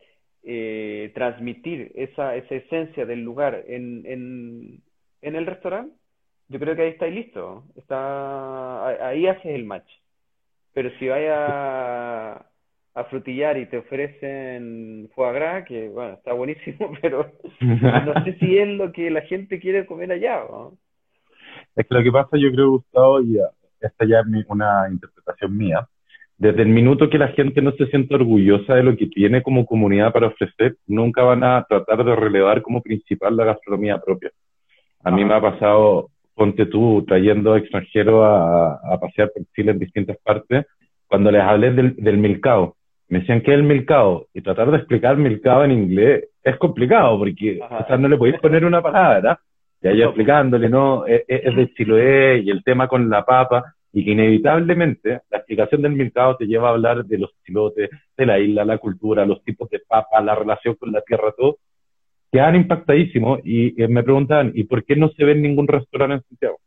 eh, transmitir esa, esa esencia del lugar en, en, en el restaurante, yo creo que ahí está listo. Está, ahí haces el match. Pero si vayas a, a frutillar y te ofrecen foie gras, que bueno, está buenísimo, pero no sé si es lo que la gente quiere comer allá, ¿no? Es que lo que pasa, yo creo, Gustavo, y ah, esta ya es mi- una interpretación mía, desde el minuto que la gente no se siente orgullosa de lo que tiene como comunidad para ofrecer, nunca van a tratar de relevar como principal la gastronomía propia. A mí me ha Ajá. pasado, ponte tú, trayendo extranjeros a, a pasear por Chile en distintas partes, cuando les hablé del, del milcao. Me decían, ¿qué es el milcao? Y tratar de explicar milcao en inglés es complicado, porque, o Ajá. sea, no le podéis poner una palabra, y ahí No, pues. explicándole, ¿no? Es, es de Chiloé, y el tema con la papa, y que inevitablemente la explicación del milcao te lleva a hablar de los chilotes, de la isla, la cultura, los tipos de papa, la relación con la tierra, todo, quedan impactadísimos y eh, me preguntaban, ¿y por qué no se ve en ningún restaurante en Santiago?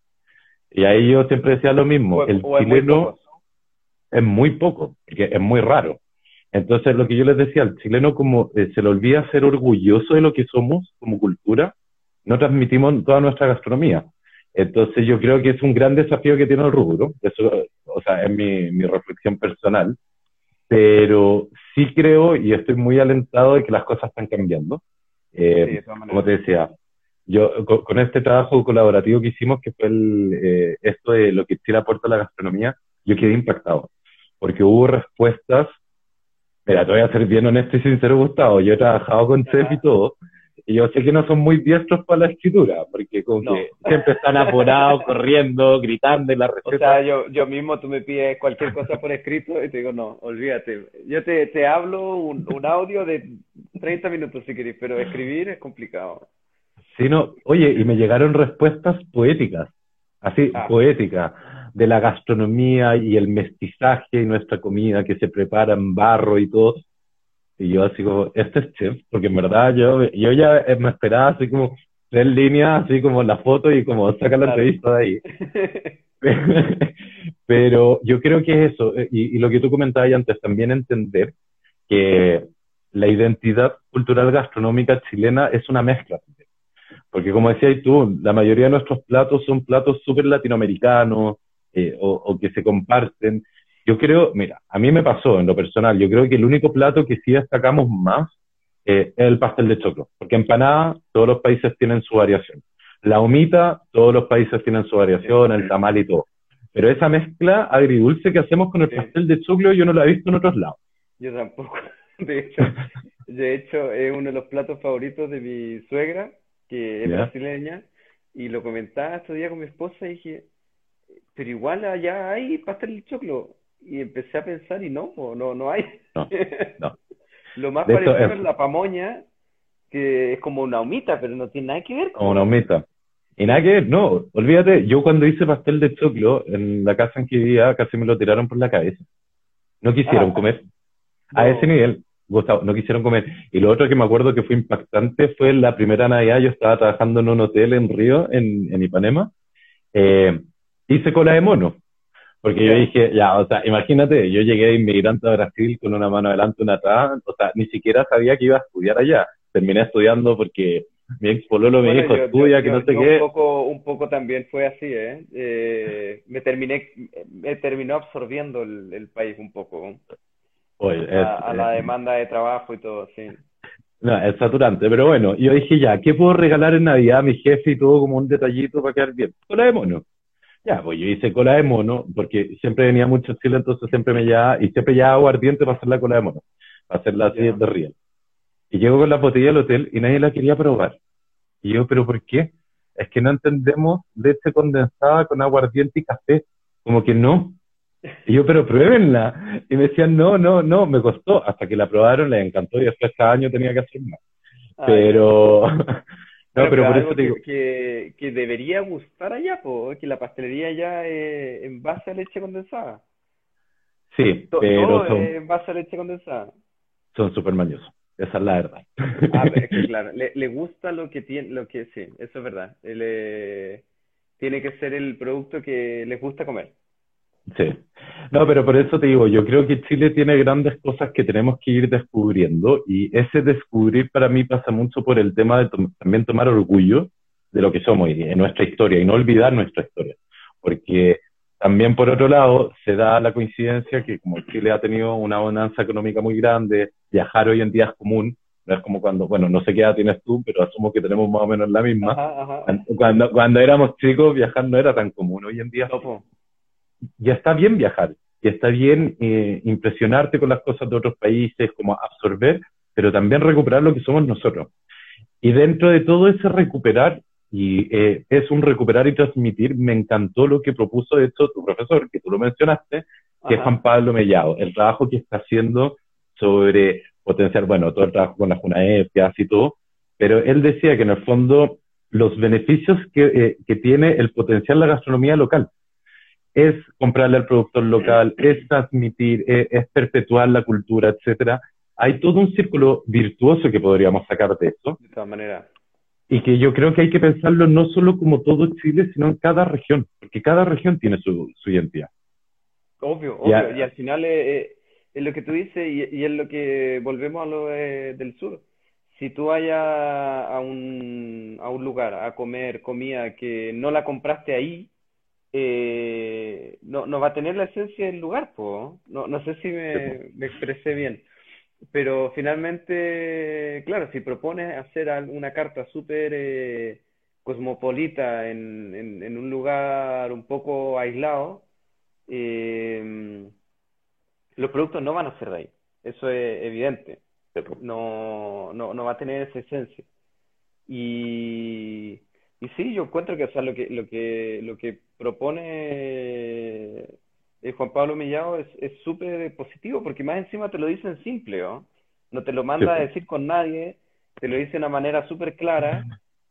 Y ahí yo siempre decía lo mismo, O, el o es muy chileno pocos. es muy poco, porque es muy raro. Entonces lo que yo les decía, al chileno como eh, se le olvida ser orgulloso de lo que somos como cultura, no transmitimos toda nuestra gastronomía. Entonces yo creo que es un gran desafío que tiene el rubro, eso, o sea, es mi, mi reflexión personal, pero sí creo y estoy muy alentado de que las cosas están cambiando. Sí, Eh, de todas como maneras. te decía, yo con, con este trabajo colaborativo que hicimos, que fue el, eh, esto de lo que Chile aporta a la gastronomía, yo quedé impactado, porque hubo respuestas. Mira, te voy a ser bien honesto y sincero, Gustavo, yo he trabajado con chef y Ajá. todo, y yo sé que no son muy diestros para la escritura, porque como No. que siempre están apurados, corriendo, gritando en la O sea, receta. yo, yo mismo tú me pides cualquier cosa por escrito y te digo, no, olvídate. Yo te, te hablo un, un audio de treinta minutos si querés, pero escribir es complicado. Sí, no, oye, y me llegaron respuestas poéticas, así, Ah, poéticas, de la gastronomía y el mestizaje y nuestra comida que se prepara en barro y todo. Y yo así como, este es chef, porque en verdad yo, yo ya eh, me esperaba así como tres líneas, así como la foto y como saca la claro. entrevista de ahí. Pero yo creo que es eso, eh, y, y lo que tú comentabas antes, también entender que la identidad cultural gastronómica chilena es una mezcla. Porque como decías tú, la mayoría de nuestros platos son platos súper latinoamericanos eh, o, o que se comparten. Yo creo, mira, a mí me pasó en lo personal, yo creo que el único plato que sí destacamos más eh, es el pastel de choclo, porque empanada todos los países tienen su variación. La humita, todos los países tienen su Sí, variación, el tamal y todo. Pero esa mezcla agridulce que hacemos con el sí, pastel de choclo yo no la he visto en otros lados. yo tampoco. De hecho, de hecho, es uno de los platos favoritos de mi suegra, que es ¿Ya? brasileña, y lo comentaba estos días con mi esposa y dije, pero igual allá hay pastel de choclo. Y empecé a pensar y no, po, no, no hay. No, no. Lo más De hecho, parecido es es la pamoña, que es como una humita, pero no tiene nada que ver, como una po. humita. Y nada Sí. que ver, no, olvídate, yo cuando hice pastel de choclo en la casa en que vivía casi me lo tiraron por la cabeza. No quisieron Ah, comer. A ese no. nivel, Gustavo, no quisieron comer. Y lo otro que me acuerdo que fue impactante fue la primera Navidad, yo estaba trabajando en un hotel en Río, en, en Ipanema, eh, hice cola de mono. Porque yo Ya. dije, ya, o sea, imagínate, yo llegué de inmigrante a Brasil con una mano adelante, una atrás, o sea, ni siquiera sabía que iba a estudiar allá. Terminé estudiando porque mi ex pololo me Bueno, dijo, yo, yo, estudia, que yo, no sé yo un qué. poco, un poco también fue así, ¿eh? Eh, me terminé, me terminó absorbiendo el, el país un poco, ¿no? Oye, es, a, a la eh, demanda de trabajo y todo, sí. no, es saturante, pero bueno, yo dije ya, ¿qué puedo regalar en Navidad a mi jefe y todo como un detallito para quedar bien? Cola de mono. Ya, pues yo hice cola de mono, porque siempre venía mucho a Chile, entonces siempre me llevaba, y siempre llevaba aguardiente para hacer la cola de mono, para hacerla así Ya. de riel. Y llego con la botella del hotel y nadie la quería probar. Y yo, ¿pero por qué? Es que no entendemos leche condensada con aguardiente y café. Como que no. Y yo, pero pruébenla. Y me decían, no, no, no, me costó. Hasta que la probaron, les encantó y después cada año tenía que hacer más. Ah, ya. Pero, no, Bueno, pero pero por eso algo te que, digo, que, que debería gustar allá, pues, que la pastelería ya es en base a leche condensada. sí, To- pero todo son, es en base a leche condensada. son súper mañosos. Esa es la verdad. Ah, pero es que claro, le, le gusta lo que tiene, lo que sí, eso es verdad. Le, tiene que ser el producto que les gusta comer. Sí. No, pero por eso te digo, yo creo que Chile tiene grandes cosas que tenemos que ir descubriendo y ese descubrir para mí pasa mucho por el tema de tom- también tomar orgullo de lo que somos y en nuestra historia y no olvidar nuestra historia. Porque también por otro lado se da la coincidencia que como Chile ha tenido una bonanza económica muy grande, viajar hoy en día es común, no es como cuando, bueno, no sé qué edad tienes tú, pero asumo que tenemos más o menos la misma. Ajá, ajá. Cuando, cuando cuando éramos chicos viajar no era tan común, hoy en día No, sí po. y está bien viajar, y está bien eh, impresionarte con las cosas de otros países, como absorber, pero también recuperar lo que somos nosotros. Y dentro de todo ese recuperar, y eh, es un recuperar y transmitir, me encantó lo que propuso, de hecho, tu profesor, que tú lo mencionaste, que es Juan Ajá. Pablo Mellado, el trabajo que está haciendo sobre potenciar, bueno, todo el trabajo con la JUNAEP, y todo, pero él decía que en el fondo los beneficios que, eh, que tiene el potenciar la gastronomía local es comprarle al productor local, es transmitir, es, es perpetuar la cultura, etcétera. Hay todo un círculo virtuoso que podríamos sacar de eso De todas maneras. y que yo creo que hay que pensarlo no solo como todo Chile, sino en cada región, porque cada región tiene su, su identidad. Obvio, obvio. Y Ya, al final es, es- es lo que tú dices y, y es lo que volvemos a lo de- del sur. Si tú vayas a un, a un lugar a comer comida que no la compraste ahí, eh, no, no va a tener la esencia del lugar, po. No, no sé si me, me expresé bien. Pero finalmente, claro, si propones hacer al- una carta súper eh, cosmopolita en, en, en un lugar un poco aislado, eh, los productos no van a ser de ahí. Eso es evidente. No, no, no va a tener esa esencia. Y, y sí, yo encuentro que, o sea, lo que, lo que, lo que propone eh, Juan Pablo Millao es, es súper positivo, porque más encima te lo dicen simple, ¿no? No te lo sí, manda a decir con nadie, te lo dice de una manera súper clara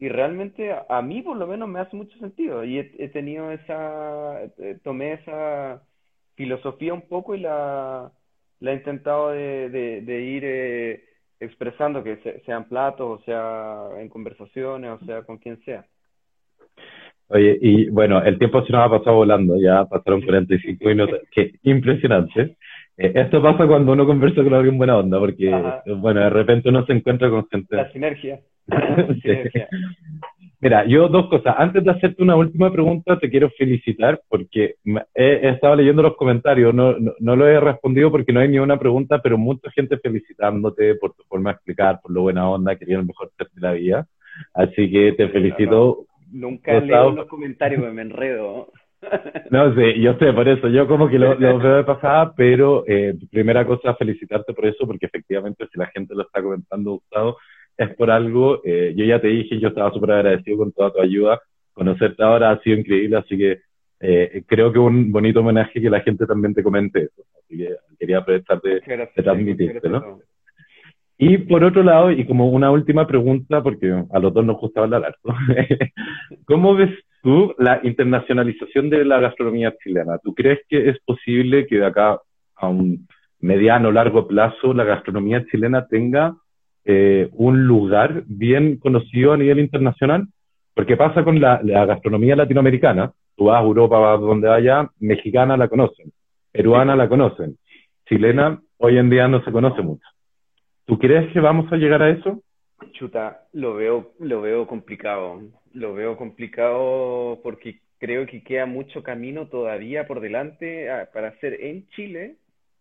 y realmente a, a mí por lo menos me hace mucho sentido y he, he tenido esa, eh, tomé esa filosofía un poco y la, la he intentado de, de, de ir eh, expresando, que se- sean platos, o sea en conversaciones, o sea con quien sea. Oye, y bueno, el tiempo se nos ha pasado volando, ya pasaron cuarenta y cinco minutos, que impresionante. Eh, esto pasa cuando uno conversa con alguien buena onda, porque, Ajá, eh, bueno, de repente uno se encuentra con gente. la sinergia, Sí. sinergia. Mira, yo dos cosas. Antes de hacerte una última pregunta, te quiero felicitar porque me- he, he estado leyendo los comentarios, no, no, no lo he respondido porque no hay ni una pregunta, pero mucha gente felicitándote por tu forma de explicar, por lo buena onda, querían el mejor ser de la vida. Así que te No, no, felicito, nunca leo Gustavo. los comentarios, me enredo. No sé, yo sé, por eso, yo como que lo, lo veo de pasada, pero eh, primera cosa, felicitarte por eso, porque efectivamente si la gente lo está comentando, Gustavo, es por algo. Eh, yo ya te dije, yo estaba súper agradecido con toda tu ayuda. Conocerte ahora ha sido increíble, así que eh, creo que un bonito homenaje que la gente también te comente eso. Así que quería aprovechar de, Muchas de gracias, muchas transmitirte, gracias a ¿no? todos. Y por otro lado, y como una última pregunta, porque a los dos nos gusta hablar harto, ¿cómo ves tú la internacionalización de la gastronomía chilena? ¿Tú crees que es posible que de acá a un mediano o largo plazo la gastronomía chilena tenga eh, un lugar bien conocido a nivel internacional? Porque pasa con la, la gastronomía latinoamericana, tú vas a Europa, vas donde vaya, mexicana la conocen, Sí, peruana pues, la conocen, sí, chilena hoy en día no se conoce no. mucho. ¿Tú crees que vamos a llegar a eso? Chuta, lo veo, lo veo complicado. Lo veo complicado porque creo que queda mucho camino todavía por delante ah, para hacer en Chile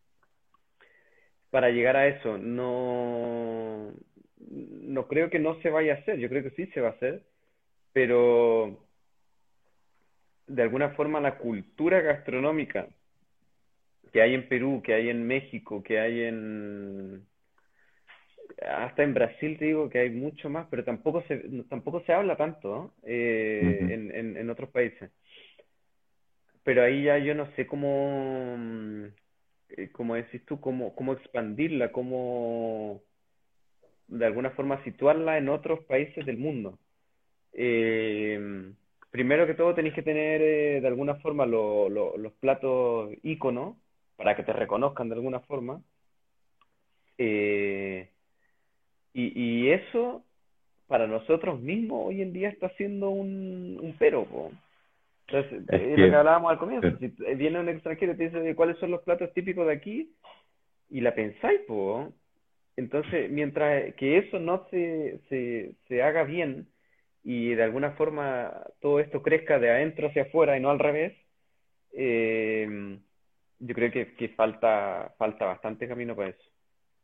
para llegar a eso. No, no creo que no se vaya a hacer. Yo creo que sí se va a hacer, pero de alguna forma la cultura gastronómica que hay en Perú, que hay en México, que hay en hasta en Brasil te digo que hay mucho más, pero tampoco se no- tampoco se habla tanto, ¿no? Eh, Ujú. en, en, en otros países. Pero ahí ya yo no sé cómo, mm, eh, como decís tú, cómo, cómo expandirla, cómo de alguna forma situarla en otros países del mundo. Eh, Primero que todo tenéis que tener eh, de alguna forma lo- lo- los platos íconos para que te reconozcan de alguna forma. Eh, y, y eso para nosotros mismos hoy en día está siendo un, un pero, po. Entonces, Es es lo que que, hablábamos al comienzo. eh, Si viene un extranjero y te dice "Oye, cuáles son los platos típicos de aquí y la pensáis, po. Entonces, mientras que eso no se, se, se haga bien y de alguna forma todo esto crezca de adentro hacia afuera y no al revés, eh, yo creo que, que falta, falta bastante camino para eso.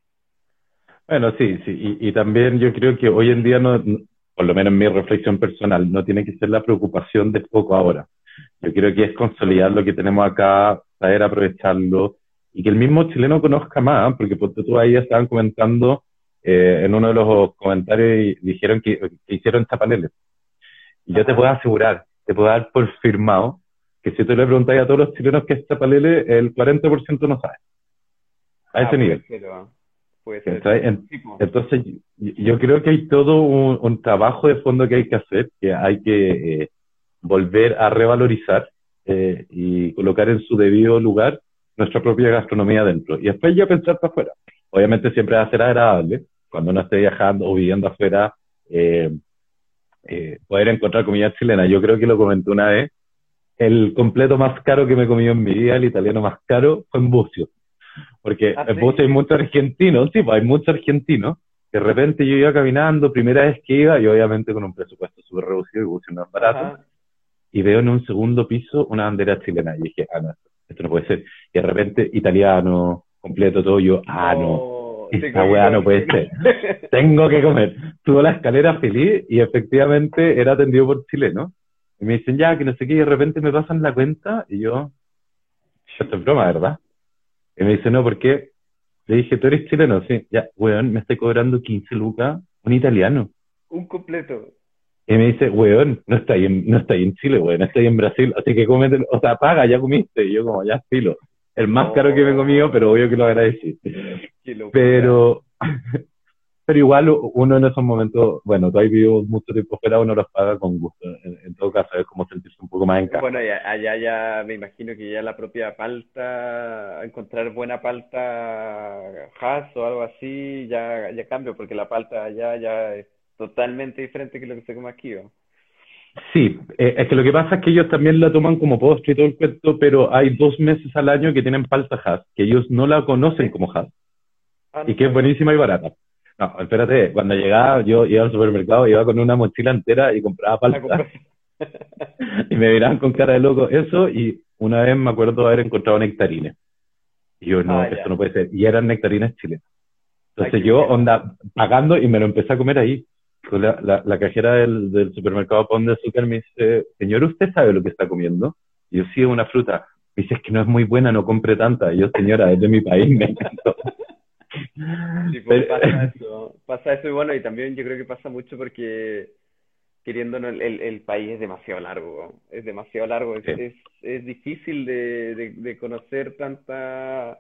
bueno, sí, sí, y, y también yo creo que hoy en día, no, no- por lo menos en mi reflexión personal, no tiene que ser la preocupación de poco ahora. Yo creo que es consolidar lo que tenemos acá, saber aprovecharlo y que el mismo chileno conozca más, porque por tú ahí estaban comentando eh, en uno de los comentarios y dijeron que, que hicieron chapaleles. Y yo te puedo Ajá. asegurar, te puedo dar por firmado que si tú le preguntas a todos los chilenos qué es chapalele, el cuarenta por ciento no sabe, a ese Ah, puede nivel. ser, ¿no? Puede ser. ¿Cachai? En- Sí, po. Entonces, yo yo creo que hay todo un, un trabajo de fondo que hay que hacer, que hay que eh, volver a revalorizar eh, y colocar en su debido lugar nuestra propia gastronomía dentro. Y después ya pensar para afuera. Obviamente siempre va a ser agradable cuando uno esté viajando o viviendo afuera, eh, eh, poder encontrar comida chilena. Yo creo que lo comenté una vez, el completo más caro que me he comido en mi vida, el italiano más caro, fue en Bucio. Porque Ah, en Bucio sí. hay muchos argentinos, sí, pues hay muchos argentinos. De repente yo iba caminando, primera vez que iba, y obviamente con un presupuesto súper reducido, y Bucio no es barato, Ajá. y veo en un segundo piso una bandera chilena. Y dije, ah, no, esto no puede ser. Y de repente, italiano, completo todo, yo, ah, no, No, esta tengo que weá no comer. puede ser. Tengo que comer. Subo la escalera feliz y efectivamente era atendido por chilenos. Y me dicen, ya, que no sé qué, y de repente me pasan la cuenta y yo, esto es broma, Chuta. ¿verdad? Y me dice, no, ¿por qué? Le dije, ¿tú eres chileno? Sí, ya, weón, me estoy cobrando quince lucas un italiano. Un completo. Y me dice, weón, no está ahí en, no está ahí en Chile, weón, está ahí en Brasil, así que cómete, o sea, paga, ya comiste. Y yo como, ya, filo. El más caro que me he comido, pero Oh, obvio que lo agradecí. qué locura. Pero, pero igual u- uno en esos momentos, bueno, tú has vivido mucho tiempo fuera, uno los paga con gusto. En, en todo caso, es como sentirse un poco más en casa. Bueno, y a- allá ya me imagino que ya la propia palta, encontrar buena palta Hass o algo así, ya, ya cambia, porque la palta allá ya es totalmente diferente que lo que se come aquí, ¿o? Sí, eh, es que lo que pasa es que ellos también la toman como postre y todo el cuento, pero hay dos meses al año que tienen palta Hass, que ellos no la ¿Ah, conocen sí? como Hass, Ah, y no que es sabía. buenísima y barata. No, espérate, cuando llegaba, yo iba al supermercado, iba con una mochila entera y compraba La palta, compré. y me miraban con cara de loco eso, y una vez me acuerdo de haber encontrado nectarines. Y yo, Ah, no, esto ya. no puede ser. Y eran nectarines chilenas. Ay, Entonces qué yo, buena. onda, pagando y me lo empecé a comer ahí. Con La, la, la cajera del, del supermercado Pon de Azúcar me dice, señor, ¿usted sabe lo que está comiendo? Y yo, sí, es una fruta. Me dice, es que no es muy buena, no compre tanta. Y yo, señora, es de mi país, me encantó. Sí, pues Pero, pasa eso. Pasa eso y bueno, y también yo creo que pasa mucho porque queriendo no, el, el, el país es demasiado largo, es demasiado largo, es, sí. es, es difícil de, de, de conocer tanta...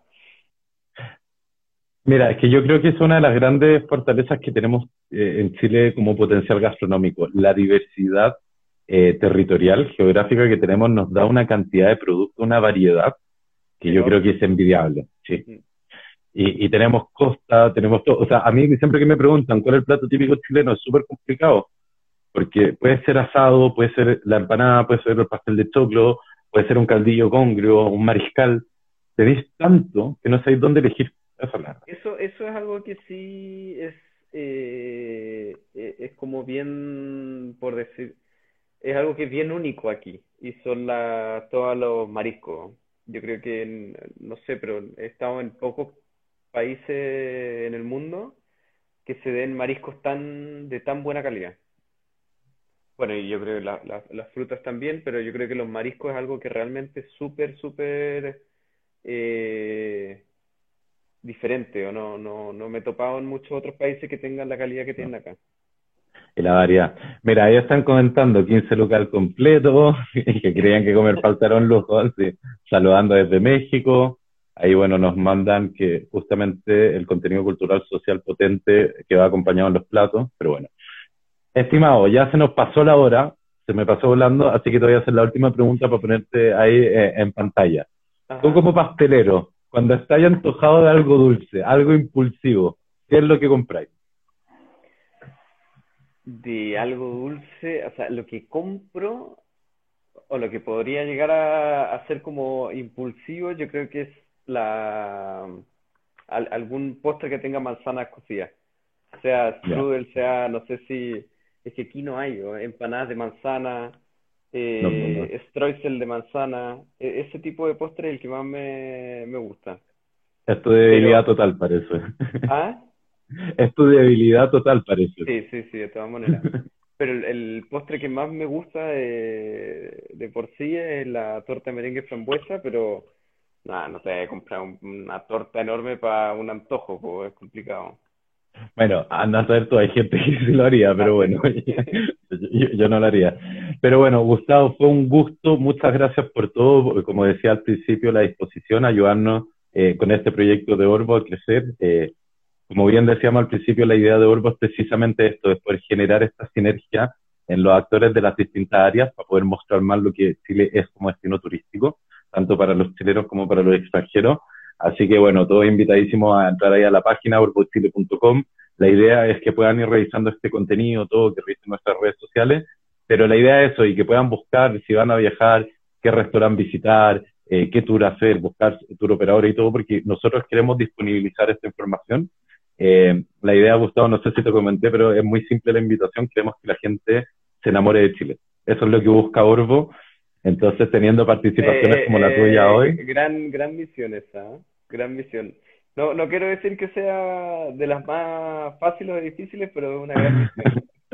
Mira, es que yo creo que es una de las grandes fortalezas que tenemos eh, en Chile como potencial gastronómico. La diversidad eh, territorial, geográfica que tenemos nos da una cantidad de productos, una variedad que yo creo que enorme. es envidiable. Sí. Mm. Y, y tenemos costa, tenemos todo. O sea, a mí siempre que me preguntan cuál es el plato típico chileno es súper complicado, porque puede ser asado, puede ser la empanada, puede ser el pastel de choclo, puede ser un caldillo congrio, un mariscal. Tenéis tanto que no sabéis dónde elegir. Esa es la verdad. Eso, eso es algo que sí es, eh, eh, es como bien, por decir, es algo que es bien único aquí, y son la, todos los mariscos. Yo creo que, en- no sé, pero he estado en pocos países en el mundo que se den mariscos tan, de tan buena calidad. Bueno, y yo creo que la- la- las frutas también, pero yo creo que los mariscos es algo que realmente es súper, súper eh, diferente, o no, no, no me he topado en muchos otros países que tengan la calidad que ¿No? tienen acá. Y la variedad. Mira, ellos están comentando quince local completo, y que creían que comer palta era un lujo, así, saludando desde México. Ahí, bueno, nos mandan que justamente el contenido cultural social potente que va acompañado en los platos, pero bueno. Estimado, ya se nos pasó la hora, se me pasó volando, así que te voy a hacer la última pregunta para ponerte ahí eh, en pantalla. Tú Ajá. como pastelero, cuando estás antojado de algo dulce, algo impulsivo, ¿qué es lo que compráis? De algo dulce, o sea, lo que compro o lo que podría llegar a, a ser como impulsivo, yo creo que es la al- algún postre que tenga manzanas cocidas. Sea Ya, strudel, sea, no sé si, es que aquí no hay, ¿o? Empanadas de manzana, no, no, no. eh, streusel de manzana, e- ese tipo de postre es el que más me, me gusta. Es tu debilidad Pero, total, parece. ah, Es tu debilidad total, parece. sí, sí, sí, de todas maneras. Pero el, el postre que más me gusta de, de por sí es la torta de merengue frambuesa, pero nada, no te voy a comprar un- una torta enorme para un antojo, pues es complicado. Bueno, anda a saber tú, hay gente que sí lo haría, Ah, pero sí, bueno, pues. yo, yo no lo haría. Pero bueno, Gustavo, fue un gusto. Muchas gracias por todo. Como decía al principio, la disposición a ayudarnos eh, con este proyecto de Orbo a crecer. Eh, como bien decíamos al principio, la idea de Orbo es precisamente esto, es poder generar esta sinergia en los actores de las distintas áreas para poder mostrar más lo que Chile es como destino turístico, tanto para los chilenos como para los extranjeros. Así que bueno, todos invitadísimos a entrar ahí a la página orbochile punto com. La idea es que puedan ir revisando este contenido, todo, que revisen nuestras redes sociales, pero la idea es eso, y que puedan buscar si van a viajar, qué restaurante visitar, eh, qué tour hacer, buscar tour operador y todo, porque nosotros queremos disponibilizar esta información. Eh, la idea, Gustavo, no sé si te comenté, pero es muy simple la invitación. Queremos que la gente se enamore de Chile. Eso es lo que busca Orbo. Entonces, teniendo participaciones como la tuya Eh, eh, hoy, eh, gran, gran misión esa, ¿eh? Gran misión. No, no quiero decir que sea de las más fáciles o difíciles, pero es una gran misión.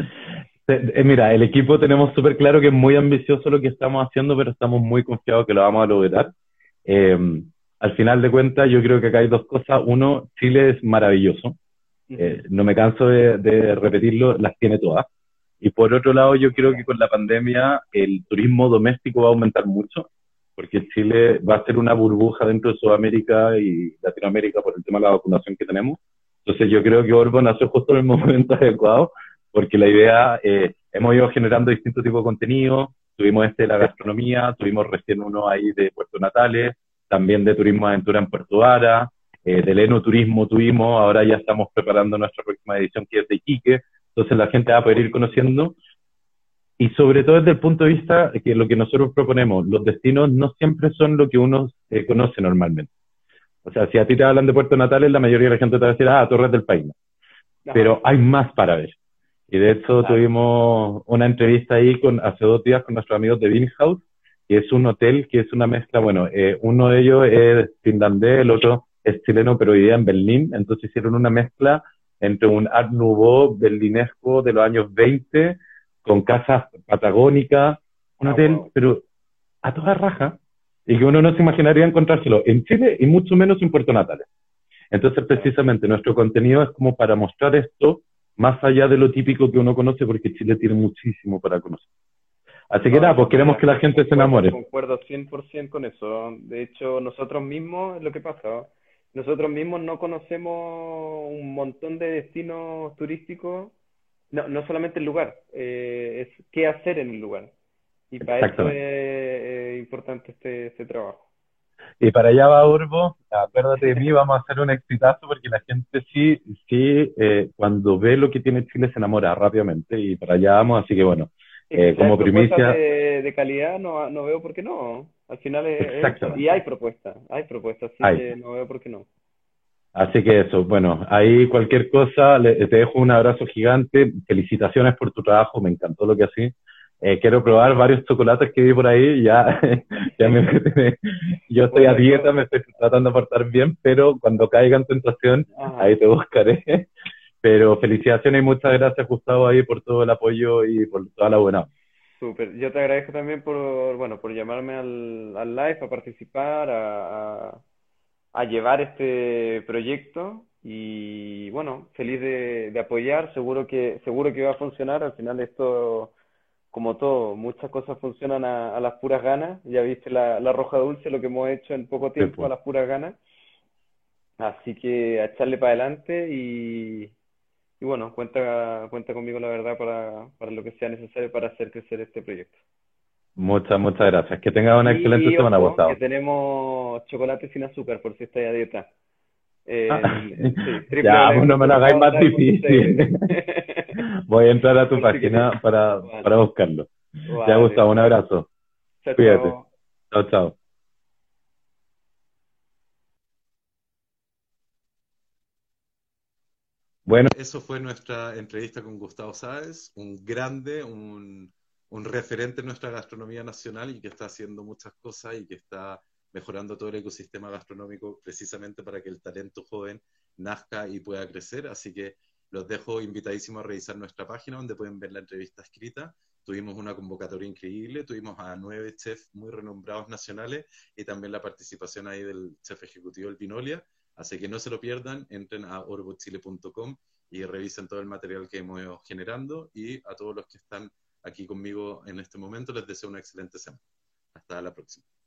Eh, eh, mira, el equipo tenemos súper claro que es muy ambicioso lo que estamos haciendo, pero estamos muy confiados que lo vamos a lograr. Eh, Al final de cuentas, yo creo que acá hay dos cosas. Uno, Chile es maravilloso. Ujú. Eh, no me canso de, de repetirlo, las tiene todas. Y por otro lado, yo creo que con la pandemia el turismo doméstico va a aumentar mucho, porque Chile va a ser una burbuja dentro de Sudamérica y Latinoamérica por el tema de la vacunación que tenemos. Entonces yo creo que Orbo nació justo en el momento adecuado, porque la idea, eh, hemos ido generando distintos tipos de contenido, tuvimos este de la gastronomía, tuvimos recién uno ahí de Puerto Natales, también de turismo aventura en Puerto Vara, eh, del enoturismo tuvimos, ahora ya estamos preparando nuestra próxima edición que es de Iquique, entonces la gente va a poder ir conociendo, y sobre todo desde el punto de vista que lo que nosotros proponemos, los destinos no siempre son lo que uno eh, conoce normalmente. O sea, si a ti te hablan de Puerto Natales, la mayoría de la gente te va a decir, ah, Torres del Paine. Ajá, Pero hay más para ver. Y de hecho claro. tuvimos una entrevista ahí con, hace dos días con nuestros amigos de Bean House, que es un hotel que es una mezcla, bueno, eh, uno de ellos es finlandés, el otro es chileno, pero vivía en Berlín, entonces hicieron una mezcla entre un Art Nouveau berlinesco de los años veinte, con casas patagónicas, un Ah, hotel, wow. pero a toda raja, y que uno no se imaginaría encontrárselo en Chile y mucho menos en Puerto Natales. Entonces, Claro. precisamente, nuestro contenido es como para mostrar esto más allá de lo típico que uno conoce, porque Chile tiene muchísimo para conocer. Así que No, nada, y pues queremos mira, que la co- gente se concuerdo, enamore. concuerdo cien por ciento con eso. De hecho, nosotros mismos, es lo que pasa, ¿no? Nosotros mismos no conocemos un montón de destinos turísticos, no, no solamente el lugar, eh, es qué hacer en el lugar. Y para eso es, Exactamente. eh, importante este, este trabajo. Y para allá va Urbo, acuérdate de mí, vamos a hacer un exitazo porque la gente sí, sí, eh, cuando ve lo que tiene Chile se enamora rápidamente y para allá vamos, así que bueno, Es que eh, si hay como propuestas primicia, de, de calidad, no, no veo por qué no. Al final es, es eso. Y hay exactamente, propuestas, hay propuestas, así ahí. que no veo por qué no. Así que eso, bueno, ahí cualquier cosa, le- te dejo un abrazo gigante, felicitaciones por tu trabajo, me encantó lo que haces. Eh, quiero probar varios chocolates que vi por ahí, ya, ya me, yo estoy a Bueno, dieta, yo, me estoy tratando de portar bien, pero cuando caiga en tentación, ahí ajá, te buscaré. Pero felicitaciones y muchas gracias, Gustavo, ahí por todo el apoyo y por toda la buena. súper. Yo te agradezco también por, bueno, por llamarme al, al live, a participar, a, a, a llevar este proyecto y bueno, feliz de, de apoyar. Seguro que, seguro que va a funcionar. Al final esto, como todo, muchas cosas funcionan a, a las puras ganas. Ya viste la, la roja dulce, lo que hemos hecho en poco Sí, tiempo a pues. las puras ganas. Así que a echarle para adelante y, y bueno, cuenta, cuenta conmigo la verdad para, para lo que sea necesario para hacer crecer este proyecto. Muchas, muchas gracias. Que tengas una excelente Y semana, ojo, que Gustavo. tenemos chocolate sin azúcar por si estáis a dieta. Ah, En, en- sí, ya, pues no me lo hagáis más difícil. w w w punto gustavo saez punto c l. Voy a entrar a tu Por si queréis. página para, Vale, para buscarlo. Ya, vale, Gustavo, un súper. abrazo. Chao, Cuídate. chao. Chao, chao. Bueno, eso fue nuestra entrevista con Gustavo Sáez, un grande, un, un referente en nuestra gastronomía nacional y que está haciendo muchas cosas y que está mejorando todo el ecosistema gastronómico precisamente para que el talento joven nazca y pueda crecer. Así que los dejo invitadísimos a revisar nuestra página donde pueden ver la entrevista escrita. Tuvimos una convocatoria increíble, tuvimos a nueve chefs muy renombrados nacionales y también la participación ahí del chef ejecutivo El Vinolia. Así que no se lo pierdan, entren a orbochile punto com y revisen todo el material que hemos ido generando. Y a todos los que están aquí conmigo en este momento les deseo una excelente semana. Hasta la próxima.